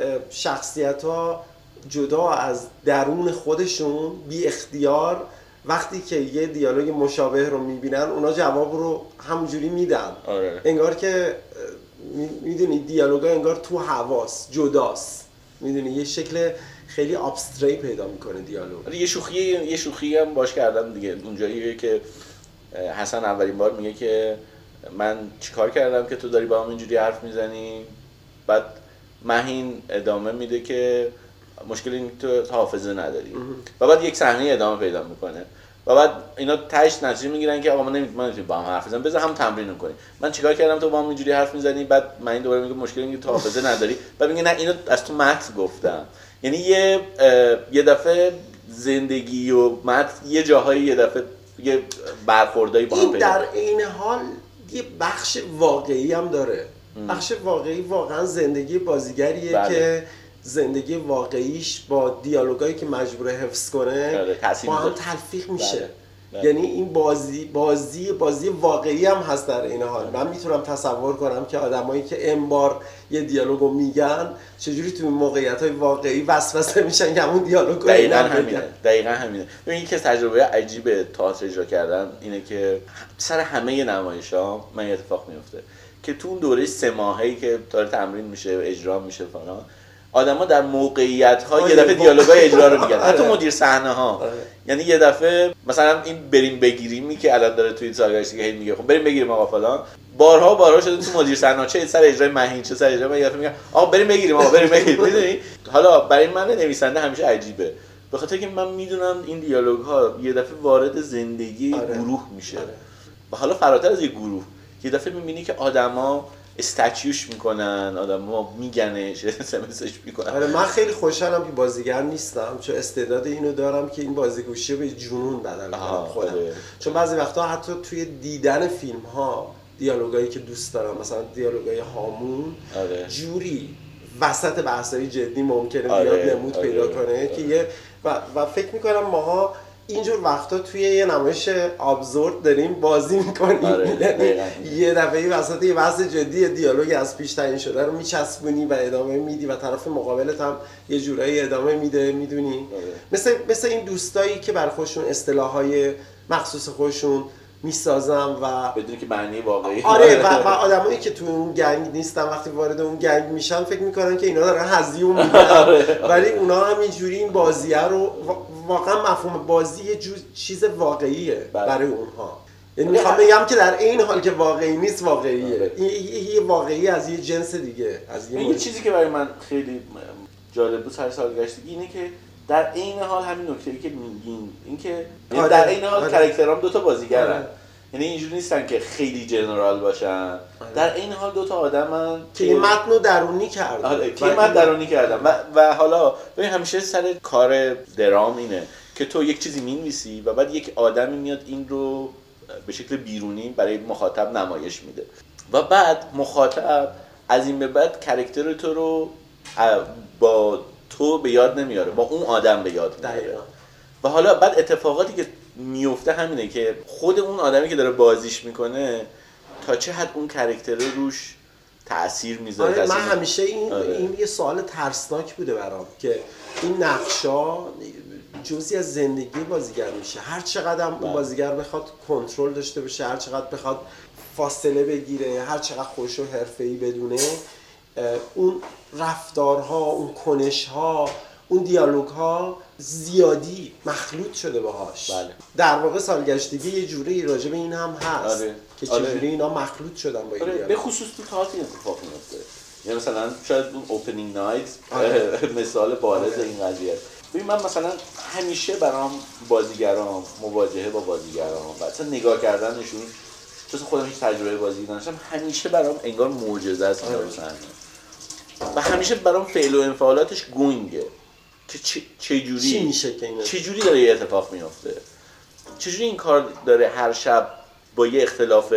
S1: شخصیت‌ها جدا از درون خودشون بی اختیار وقتی که یه دیالوگ مشابه رو میبینن اونا جواب رو همونجوری میدن.
S3: آره.
S1: انگار که میدونی دیالوگا انگار تو حواس جداست، میدونی یه شکل خیلی ابستری پیدا میکنه دیالوگ.
S3: یه شوخی هم باش کردم دیگه اونجاییه که حسن اولین بار میگه که من چیکار کردم که تو داری با هم اینجوری حرف میزنی، بعد مهین ادامه میده که مشکل این تو حافظه نداری و بعد یک صحنه ادامه پیدا میکنه و بعد اینا تهش نتیجه میگیرن که آقا من نمیتونم با هم حرف بزنم، بذار هم تمرین کنیم. من چیکار کردم تو با هم اینجوری حرف میزنی، بعد مهین دوباره میگه مشکل اینه که تو حافظه نداری، بعد میگه نه اینو از تو متن گفتم. یعنی یه دفعه زندگی و متن یه جاهایی یه دفعه یه برخوردایی با هم
S1: این
S3: پیدا
S1: در این حال یه بخش واقعی هم داره. بخش واقعی واقعا زندگی بازیگریه
S3: بله.
S1: که زندگی واقعیش با دیالوگایی که مجبور حفظ کنه با هم تلفیق میشه.
S3: بله. بله.
S1: یعنی این بازی واقعی هم هست در این حال. من میتونم تصور کنم که آدمایی که انبار یه دیالوگو میگن چجوری تو این موقعیت‌های واقعی وسوسه میشن که همون دیالوگو
S3: دقیقاً همینه. ببین که تجربه عجیب تئاتر اجرا کردن اینه که سر همه نمایش‌ها من اتفاق میفته که تو اون دوره 3 ماهه‌ای که داره تمرین میشه اجرا میشه فلان، آدما در موقعیت‌ها یه دفعه دیالوگای اجرا رو میگن، حتی مدیر صحنه‌ها. یعنی یه دفعه مثلا این بریم بگیریمی که الان داره توی سالگردشی که میگه خب بریم بگیریم آقا فلان، بارها شده تو مدیر صحنه چه سر اجرای مهین چه سر اجرای من یه دفعه میگن آقا بریم بگیریم آقا بریم بگیریم. میدونی حالا برای من نویسنده همیشه عجیبه به خاطر که من میدونم این دیالوگ‌ها یه دفعه وارد زندگی گروه میشه و حالا فراتر از یه گروه یه دفعه میبینی که آدما استچیوش میکنن، آدما میگنش اسمسش میکنن.
S1: آره من خیلی خوشحالم که بازیگر نیستم چون استعداد اینو دارم که این بازیگوشی به جنون بدل کنم خودم. چون بعضی وقتا حتی توی دیدن فیلم ها دیالوگایی که دوست دارم مثلا دیالوگای هامون جوری وسط بحثای جدی ممکنه بیاد نمود پیدا کنه که یه و فکر میکنم ماها اینجور وقتا توی یه نمایش ابزورد داریم بازی میکنیم. یه دفعه وسط یه بحث جدی دیالوگی از پیش تعیین شده رو میچسبونی و ادامه میدی و طرف مقابلت هم یه جورایی ادامه میده. میدونی مثل این دوستایی که بر خودشون اصطلاحای مخصوص خودشون میسازم و
S3: بدون که معنی واقعی.
S1: آره و آدمایی که تو اون گنگ نیستن وقتی وارد اون گنگ میشن فکر میکنن که اینا دارن هزیون میگن ولی اونا هم اینجوری این بازیه رو واقعا مفهوم بازی یه چیز واقعیه برای اونها. یعنی میخوام بگم که در این حال که واقعی نیست واقعیه. یه واقعی از یه جنس دیگه. از
S3: یه چیزی که برای من خیلی جالب بود سر سالگشتگی اینه که در این حال همین نکته‌ای که میگین این که در این حال کاراکترام 2 تا بازیگرن. یعنی اینجوری نیستن که خیلی جنرال باشن. در این حال 2 تا آدمن
S1: که متنو درونی کردن.
S3: که متن درونی کردن و حالا ببین همیشه سر کار درام اینه که تو یک چیزی می‌نویسی و بعد یک آدمی میاد این رو به شکل بیرونی برای مخاطب نمایش میده و بعد مخاطب از این به بعد کاراکتر تو رو با تو به یاد نمیاره، با اون آدم به یاد میاره. و حالا بعد اتفاقاتی که میفته همینه که خود اون آدمی که داره بازیش میکنه تا چه حد اون کاراکتر روش تأثیر میذاره.
S1: آره من همیشه این یه سوال ترسناک بوده برام که این نقشا جزئی از زندگی بازیگر میشه. هر چقدر اون بازیگر بخواد کنترل داشته باشه، هر چقدر بخواد فاصله بگیره، هر چقدر خودش رو حرفه‌ای بدونه، اون رفتارها، اون کنش‌ها، اون دیالوگ‌ها زیادی مخلوط شده باهاش.
S3: بله.
S1: در واقع سالگشتگی یه جوری راجع به این هم هست که چجوری اینا مخلوط شدن با این دیالوگ.
S3: به خصوص تو تئاتر اتفاق میفته. یعنی مثلا شاید اون اوپنینگ نایت مثال بارز این قضیه. ببین من مثلا همیشه برام بازیگرام مواجهه با بازیگرام و اصلا نگاه کردنشون چون خودم هیچ تجربه بازی نداشتم همیشه برام انگار معجزه است این صحنه و همیشه برام فعل و انفعالاتش گنگه که چه جوری داره یه اتفاق میفته، چجوری این کار داره هر شب با یه اختلاف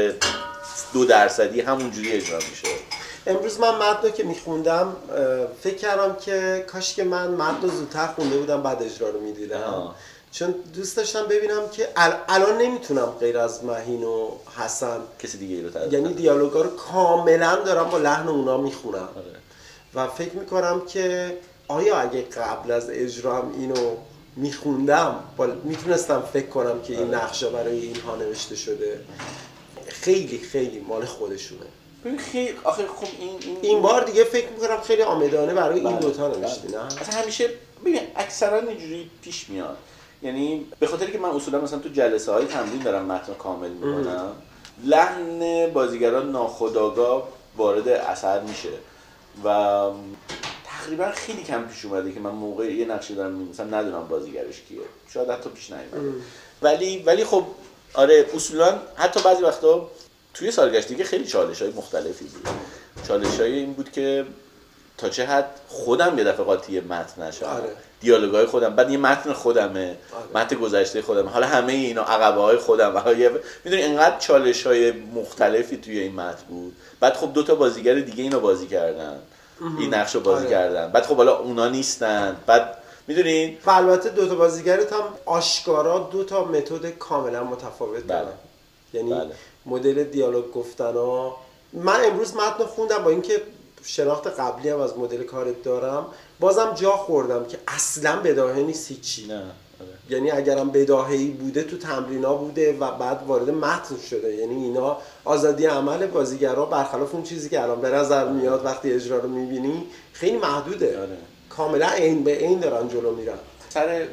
S3: 2% همون جوری اجرا میشه.
S1: امروز من متن که میخوندم فکر کردم که کاش که من متن زودتر خونده بودم بعد اجرا رو میدیدم، چون دوست داشتم ببینم که الان نمیتونم غیر از مهین و حسن
S3: کسی دیگه رو
S1: یعنی دیالوگا رو کاملا دارم با لحن اونا میخونم و فکر میکنم که آیا اگه قبل از اجرا هم اینو میخوندم میتونستم فکر کنم که این نقشه برای اینها نوشته شده. خیلی خیلی مال خودشونه.
S3: خیلی آخه خب
S1: این بار دیگه فکر میکنم خیلی آمدانه برای این دوتا نوشتی نه؟
S3: اصلا همیشه ببین اکثرا اینجوری پیش میاد، یعنی به خاطر که من اصولا مثلا تو جلسه های تمرین دارم متن کامل میکنم لحن بازیگران ناخودآگاه وارد اثر میشه و تقریبا خیلی کم پیش اومده که من موقع یه نقشی دارم می‌نویسم ندونم بازیگرش کیه، شاید حتی پیش نیومده. ولی خب آره اصولا حتی بعضی وقتا توی سالگشتگی خیلی چالش‌های مختلفی بود. چالش‌های این بود که تا چه حد خودم یه دفعه قاطی متن نشم.
S1: آره.
S3: دیالوگای خودم، بعد یه متن خودمه، متن گذشته خودم، حالا همه اینا عقبه های خودم، میدونی اینقدر چالش های مختلفی توی این متن بود. بعد خب 2 تا بازیگر دیگه اینو بازی کردن، این نقشو بازی کردن، بعد خب حالا اونا نیستن، بعد میدونین
S1: و البته 2 تا بازیگرت هم آشکارا 2 تا متد کاملا متفاوت دارن. یعنی مدل دیالوگ گفتنا. من امروز متن خوندم، با اینکه شناخت قبلی هم از مدل کارت دارم، بازم جا خوردم که اصلا بداهه نیست هیچی.
S3: نه.
S1: یعنی اگرم بداهه‌ای بوده تو تمرینا بوده و بعد وارد متن شده. یعنی اینا آزادی عمل بازیگرا برخلاف اون چیزی که الان به نظر میاد وقتی اجرا رو می‌بینی خیلی محدوده. کاملا عین به عین دارن جلو میرن.
S3: سر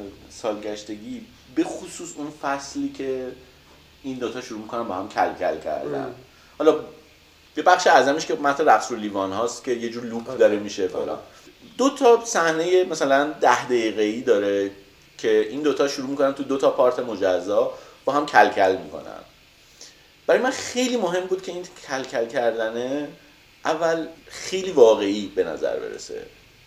S3: سالگشتگی به خصوص اون فصلی که این دوتا شروع میکنن با هم کل کردن. حالا یه بخش اعظمش که متن رقص رو لیوان هاست که یه جور لوپ داره میشه فلان. 2 تا صحنه مثلا 10 دقیقه‌ای داره که این دوتا شروع میکنن تو 2 تا پارت مجزا با هم کل میکنن. برای من خیلی مهم بود که این کل کردنه اول خیلی واقعی به نظر برسه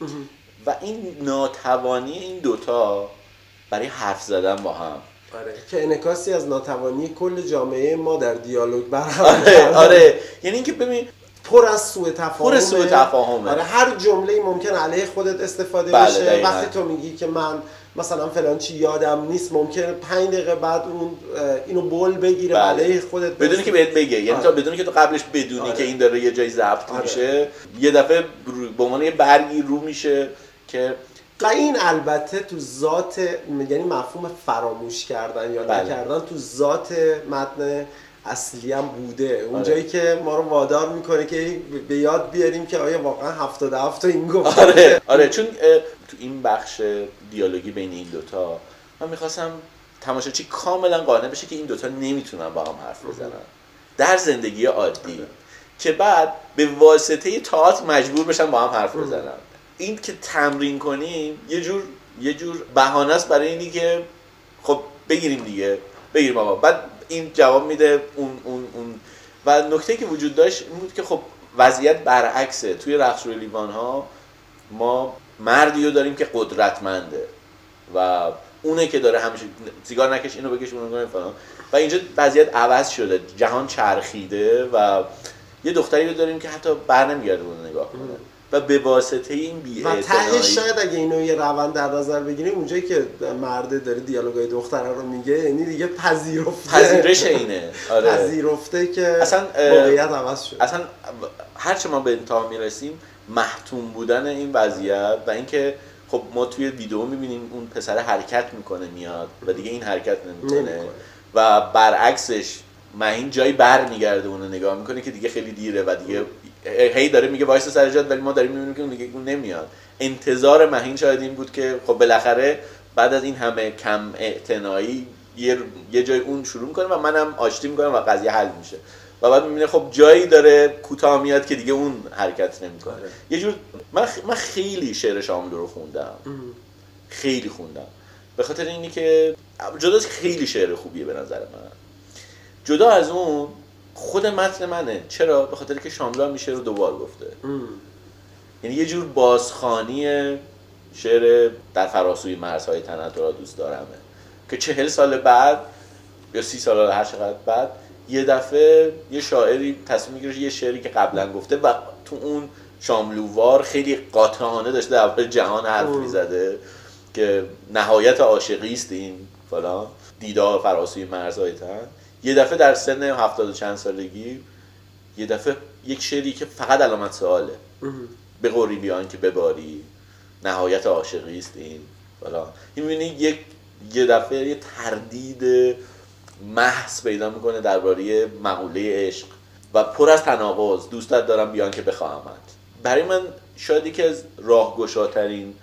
S3: و این ناتوانی این دوتا برای حرف زدن با هم،
S1: که انعکاسی از ناتوانی کل جامعه ما در دیالوگ برهم.
S3: آره یعنی اینکه ببین
S1: پر از سوء تفاهمه.
S3: آره
S1: هر جمله‌ای ممکن علیه خودت استفاده بشه.
S3: دقیقا.
S1: وقتی تو میگی که من مثلا فلان چی یادم نیست، ممکنه 5 دقیقه بعد اون اینو بول بگیره علیه خودت
S3: بدونی که بهت بگه. یعنی تا بدونی که تو قبلش بدونی که این داره یه جای ضبط میشه، یه دفعه به عنوان یه برگی رو میشه که
S1: و این البته تو ذات، یعنی مفهوم فراموش کردن یا نکردن تو ذات متن اصلی هم بوده. اون جایی که ما رو وادار میکنه که به یاد بیاریم که آیا واقعا 77 تا این گفت.
S3: آره چون تو این بخش دیالوگی بین این دوتا من میخواستم تماشاچی کاملا قانع بشه که این دوتا نمیتونن با هم حرف بزنن در زندگی عادی، که بعد به واسطه تئاتر مجبور بشن با هم حرف بزنن. این که تمرین کنیم یه جور بهانه است برای اینی که خب بگیریم آقا. بعد این جواب میده اون و نکته که وجود داشت این بود که خب وضعیت برعکسه. توی رقص روی لیوان ها ما مردی رو داریم که قدرتمنده و اونه که داره همیشه سیگار نکش، اینو بکش، اونو کنه فلان، و اینجا وضعیت عوض شده، جهان چرخیده و یه دختری رو داریم که حتی برنمیگرده اونو نگاه کنه و به واسطه این بی‌اعتنایی
S1: و تهش شاید اگه اینو یه روند در نظر بگیریم اونجایی که مرده داره دیالوگای دختره رو میگه، یعنی دیگه
S3: پذیرش اینه. آره
S1: پذیرفته که اصلا واقعیت عوض شد.
S3: اصلا هرچه ما به انتها میرسیم محتوم بودن این وضعیت و اینکه خب ما توی ویدیو میبینیم اون پسر حرکت میکنه میاد و دیگه این حرکت نمیکنه و برعکسش مهین جایی برمیگرده اونو نگاه میکنه که دیگه خیلی دیره و دیگه هی داره میگه وایس سر جات، ولی ما داریم میبینیم که اون دیگه نمیاد. انتظار مهین شاید این بود که خب بالاخره بعد از این همه کم اعتنایی یه جای اون شروع میکنه و منم آشتی میکنم و قضیه حل میشه و بعد میبینه خب جایی داره کوتاه میاد که دیگه اون حرکت نمیکنه. یه جور من خیلی شعر شاملو رو خوندم، خیلی خوندم، به خاطر اینی که جدا از خیلی شعر خوبیه به نظر من، جدا از اون خود متن منه. چرا؟ به خاطر که شاملو هم شعر رو دوبار گفته. یعنی یه جور بازخوانی شعر در فراسوی مرزهای تنت را دوست دارمه که 40 سال بعد یا 30 سال هر چقدر بعد یه دفعه یه شاعری تصمیم میگیره یه شعری که قبلا گفته و تو اون شاملووار خیلی قاطعانه داشته درباره جهان حرف میزده که نهایت عاشقی است این فلان دیدار فراسوی مرزهای تن، یه دفعه در سن 70 و چند سالگی یه دفعه یک شعری که فقط علامت سواله، به قوری بیان که بباری نهایت عاشقی است این فلان. این می‌بینی یه دفعه یه تردید محض پیدا میکنه درباره مقوله عشق و پر از تناقض. دوستت دارم بیان که بخواهمت. برای من شاید یکی از راهگشاترین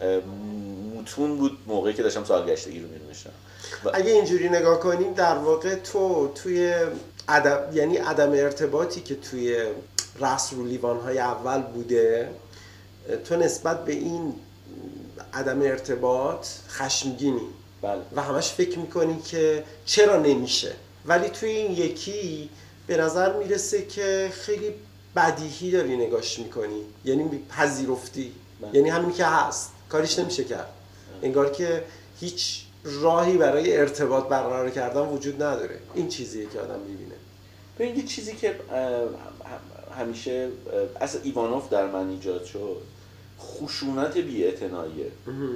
S3: متون بود موقعی که داشتم سالگشتگی رو می‌نوشتم.
S1: اگه اینجوری نگاه کنیم در واقع تو توی یعنی عدم ارتباطی که توی رقص رو لیوان‌های اول بوده، تو نسبت به این عدم ارتباط خشمگینی.
S3: بله.
S1: و همش فکر میکنی که چرا نمیشه، ولی توی این یکی به نظر میرسه که خیلی بدیهی داری نگاش میکنی، یعنی پذیرفتی، یعنی همین که هست کاریش نمیشه کرد. انگار که هیچ راهی برای ارتباط برقرار کردن وجود نداره. این چیزیه که آدم میبینه.
S3: ببین یه چیزی که همیشه اصلا ایوانوف در من ایجاد شد، خشونت بی‌اعتناییه.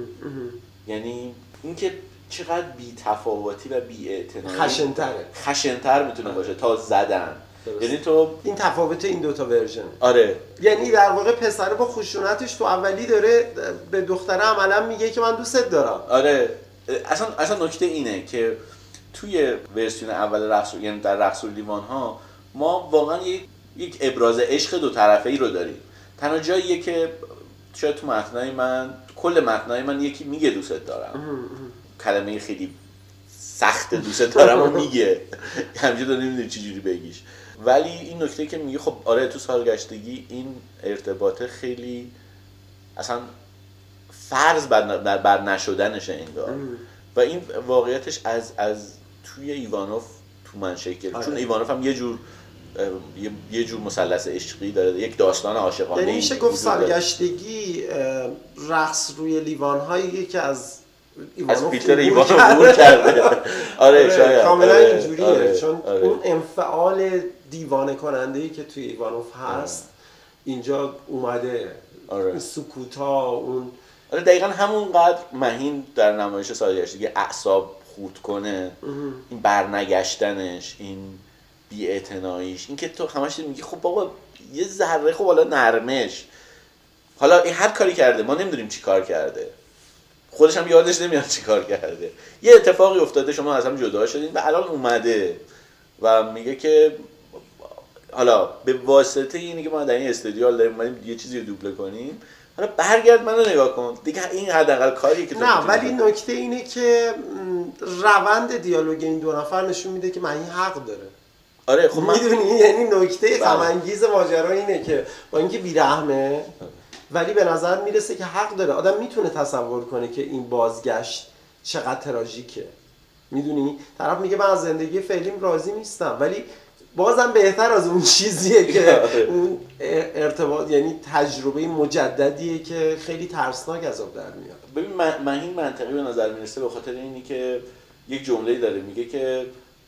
S3: یعنی اینکه چقدر بی‌تفاوتی و بی‌اعتنایی خشن‌تر میتونه باشه تا زدن. یعنی تو
S1: این تفاوت این دوتا ورژن.
S3: آره،
S1: یعنی در واقع پسره با خشونتش تو اولی داره به دختره عملا میگه که من دوستت دارم.
S3: آره، اصلا نکته اینه که توی ورسیون اول رقص، یعنی در رقص و لیوان ها، ما واقعا یک ابراز عشق دو طرفه‌ای رو داریم. تنها جاییه که شاید تو متنای من، کل متنای من یکی میگه دوستت دارم، کلمه خیلی سخت دوست دارم رو میگه، همینجوری نمیدونی چه جوری بگیش. ولی این نکته که میگه خب آره تو سالگشتگی این ارتباط خیلی اصلا فرض بر نشدنشه انگار. و این واقعیتش از توی ایوانوف تو من شکل، چون ایوانوف هم یه جور مثلث عشقی داره، یک داستان عاشقانه.
S1: یعنی میشه گفت سالگشتگی رقص روی لیوان‌هایی که از
S3: فیلتر ایوانوف عبور کرده. آره شاید
S1: کاملا اینجوریه، چون اون انفعال دیوانه کننده‌ای که توی ایوانوف هست اینجا اومده. این سکوتا، اون
S3: دقیقاً همونقدر مهین در نمایش سالگشتگی اعصاب خورد کنه، این برنگشتنش، این بی‌اعتناییش، این که تو همش میگی خب بابا یه ذره خب حالا نرمش، حالا این هر کاری کرده ما نمیدونیم چی کار کرده، خودش هم یادش نمیاد چی کار کرده، یه اتفاقی افتاده شما از هم جدا شدین و الان اومده و میگه که حالا به واسطه اینی که ما در این استودیو داریم یه چیزی رو دوبله کنیم، حالا برگرد منو نگاه کن دیگه، این حداقل کاریه که
S1: نه. ولی نکته اینه که روند دیالوگ این دو نفر نشون میده که معنی حق داره.
S3: آره خب
S1: میدونی، یعنی نکته غم انگیز ماجرا اینه که با اینکه بیرحمه ولی به نظر میرسه که حق داره. آدم میتونه تصور کنه که این بازگشت چقدر تراژیکه. میدونی طرف میگه من از زندگی فعلیم راضی نیستم، ولی بازم بهتر از اون چیزیه که اون ارتباط، یعنی تجربه مجددیه که خیلی ترسناک از آب در میاد.
S3: ببین من این منطقی به نظر میرسه به خاطر اینی که یک جمله‌ای داره میگه که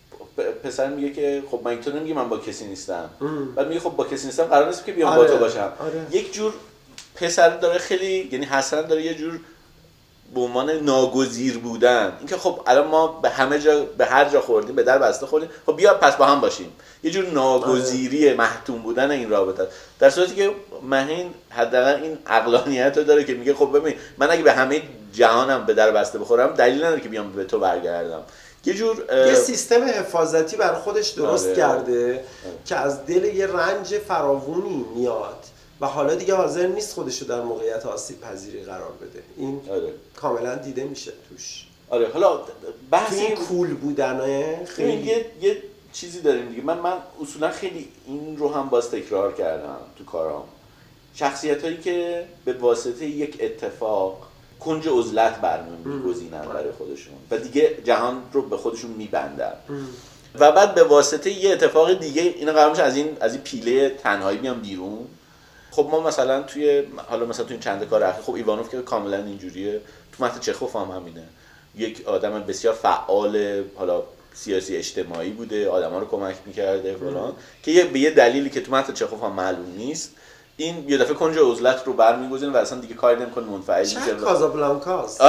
S3: پسر میگه که خب من تو نمیگی من با کسی نیستم، بعد میگه خب با کسی نیستم قرار نیست که بیام با تو باشم. یک جور پسر داره خیلی، یعنی حسن داره یه جور به عنوان ناگزیر بودن، اینکه خب الان ما به همه جا، به هر جا خوردیم، به در بسته خوردیم، خب بیا پس با هم باشیم. یه جور ناگزیری، محتوم بودن این رابطه، در صورتی که مهین حداقل این عقلانیت رو داره که میگه خب ببین من اگه به همه جهانم به در بسته بخورم دلیل نداره که بیام به تو برگردم. یه جور
S1: یه سیستم حفاظتی بر خودش درست کرده که از دل یه رنج فراوونی میاد و حالا دیگه حاضر نیست خودشو در موقعیت آسیب پذیری قرار بده. این کاملا دیده میشه توش.
S3: حالا بحث
S1: این کول بودنه خیلی
S3: یه چیزی داریم دیگه. من اصولا خیلی این رو هم باز تکرار کردم تو کارام. شخصیتایی که به واسطه یک اتفاق کنج عزلت برمی‌گزینن برای خودشون و دیگه جهان رو به خودشون میبندن و بعد به واسطه یه اتفاق دیگه اینا قرار میشه از این پیله تنهایی بیان بیرون. خب ما مثلا توی این چند کار اخیر، خب ایوانوف که کاملا اینجوریه، تو متن چخوف هم همینه، یک آدم بسیار فعال، حالا سیاسی اجتماعی بوده، آدما رو کمک می‌کرده فلان، که به یه دلیلی که تو متن چخوف هم معلوم نیست این یه دفعه کنج عزلت رو برمی‌گزینه و اصلا دیگه کاری نمی‌کنه، منفعل میشه.
S1: کازابلانکاست.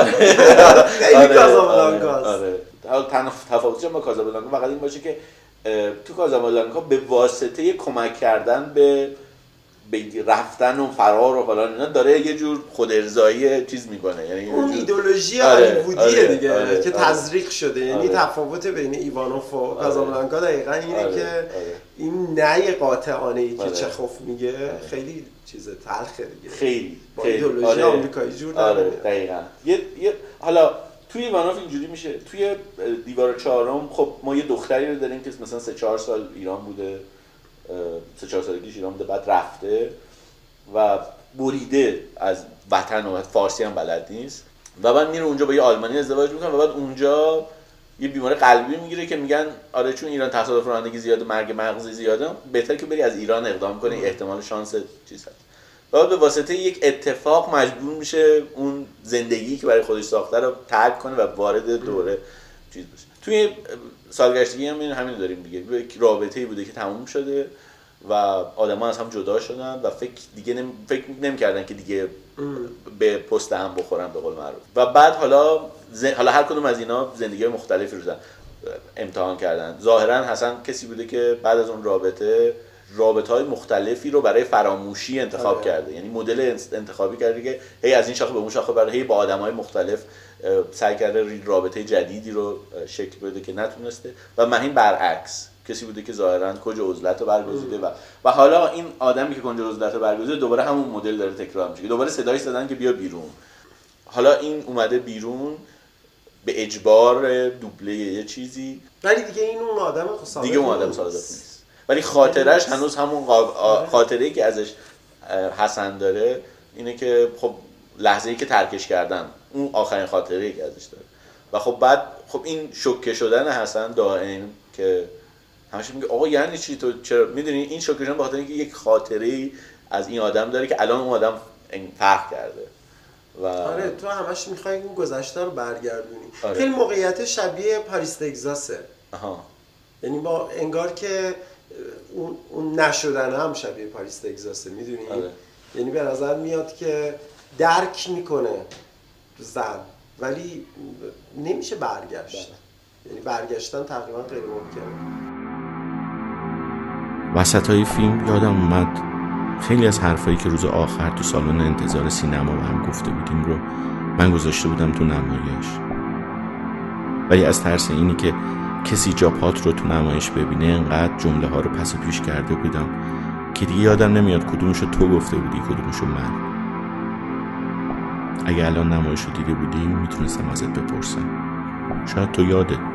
S3: خیلی کازابلانکاست. آره. تفاوتش با کازابلانکا فقط این باشه که تو کازابلانکا به واسطه کمک کردن به رفتن و فرار و فلان اینا داره یه جور خودارضایی چیز میکنه، یعنی
S1: اون ایدئولوژی هالیوودیه دیگه که تزریق شده. یعنی تفاوت بین ایوانوف و کازابلانکا دقیقاً اینه که این نه قاطعانه‌ای که چخوف میگه خیلی چیز تلخه دیگه،
S3: خیلی
S1: با ایدئولوژی آمریکایی جور داره.
S3: دقیقاً. حالا توی ایوانوف اینجوری میشه. توی دیوار چهارم خب ما یه دختری رو داریم که مثلا 3-4 سال ایران بوده، 3-4 سالگیش ایران بوده، بعد رفته و بریده از وطن و فارسی هم بلد نیست و بعد میره اونجا با یه آلمانی ازدواج میکنه و بعد اونجا یه بیماری قلبی میگیره که میگن آره چون ایران تصادف رانندگی زیاده، مرگ مغزی زیاده، بهتره که بری از ایران اقدام کنی، احتمال شانس چیز هست. بعد به واسطه یک اتفاق مجبور میشه اون زندگی که برای خودش ساخته رو ترک کنه و وارد دوره چیز بشه. توی سالگشتگی هم همین داریم دیگه، یک رابطه‌ای بوده که تموم شده و آدم‌ها از هم جدا شدن و فکر نمی‌کردن که دیگه به پست هم بخورن به قول معروف. و بعد حالا هر کدوم از اینا زندگی مختلفی رو امتحان کردن. ظاهرا حسن کسی بوده که بعد از اون رابطه‌های مختلفی رو برای فراموشی انتخاب کرده، یعنی مدل انتخابی کرده که هی از این شاخه به اون شاخه برای هی با آدم‌های مختلف سعی کرده رابطه جدیدی رو شکل بده که نتونسته. و مهین برعکس کسی بوده که ظاهرا کنج عزلت رو برگزیده و حالا این آدمی که کنج عزلت رو برگزیده دوباره همون مدل داره تکرار میشه، دوباره صدایش زدن که بیا بیرون. حالا این اومده بیرون به اجبار دوبله یه چیزی،
S1: ولی دیگه این اون آدم
S3: صادق نیست. ولی خاطرش هنوز همون خاطره‌ای که ازش حسن داره اینه که خب لحظه‌ای که ترکش کردن اون آخرین خاطره‌ای که ازش داره. و خب بعد خب این شوکه شدن حسن دائم که همیشه میگه آقا یعنی چی تو چرا میدونی این شوکه شدن به خاطر اینکه یک خاطره‌ای از این آدم داره که الان اون آدم فرق کرده و
S1: آره تو همش میخوای اون گذشته رو برگردونی.
S3: آره.
S1: خیلی موقعیت شبیه پاریس تگزاسه. یعنی با انگار که اون نشدن هم شبیه پاریس تگزاسه، میدونی؟
S3: آره.
S1: یعنی به نظر میاد که درک میکنه زن ولی نمیشه برگشت. یعنی برگشتن تقریبا غیر ممکنه.
S2: وسطای فیلم یادم اومد خیلی از حرفایی که روز آخر تو سالن انتظار سینما با هم گفته بودیم رو من گذاشته بودم تو نمایش. ولی از ترس اینی که کسی جاپات رو تو نمایش ببینه انقدر جمله ها رو پس پیش کرده بودم که دیگه یادم نمیاد کدومشو تو گفته بودی کدومشو من. اگه الان نمایش رو دیده بودی میتونستم ازت بپرسم، شاید تو یادت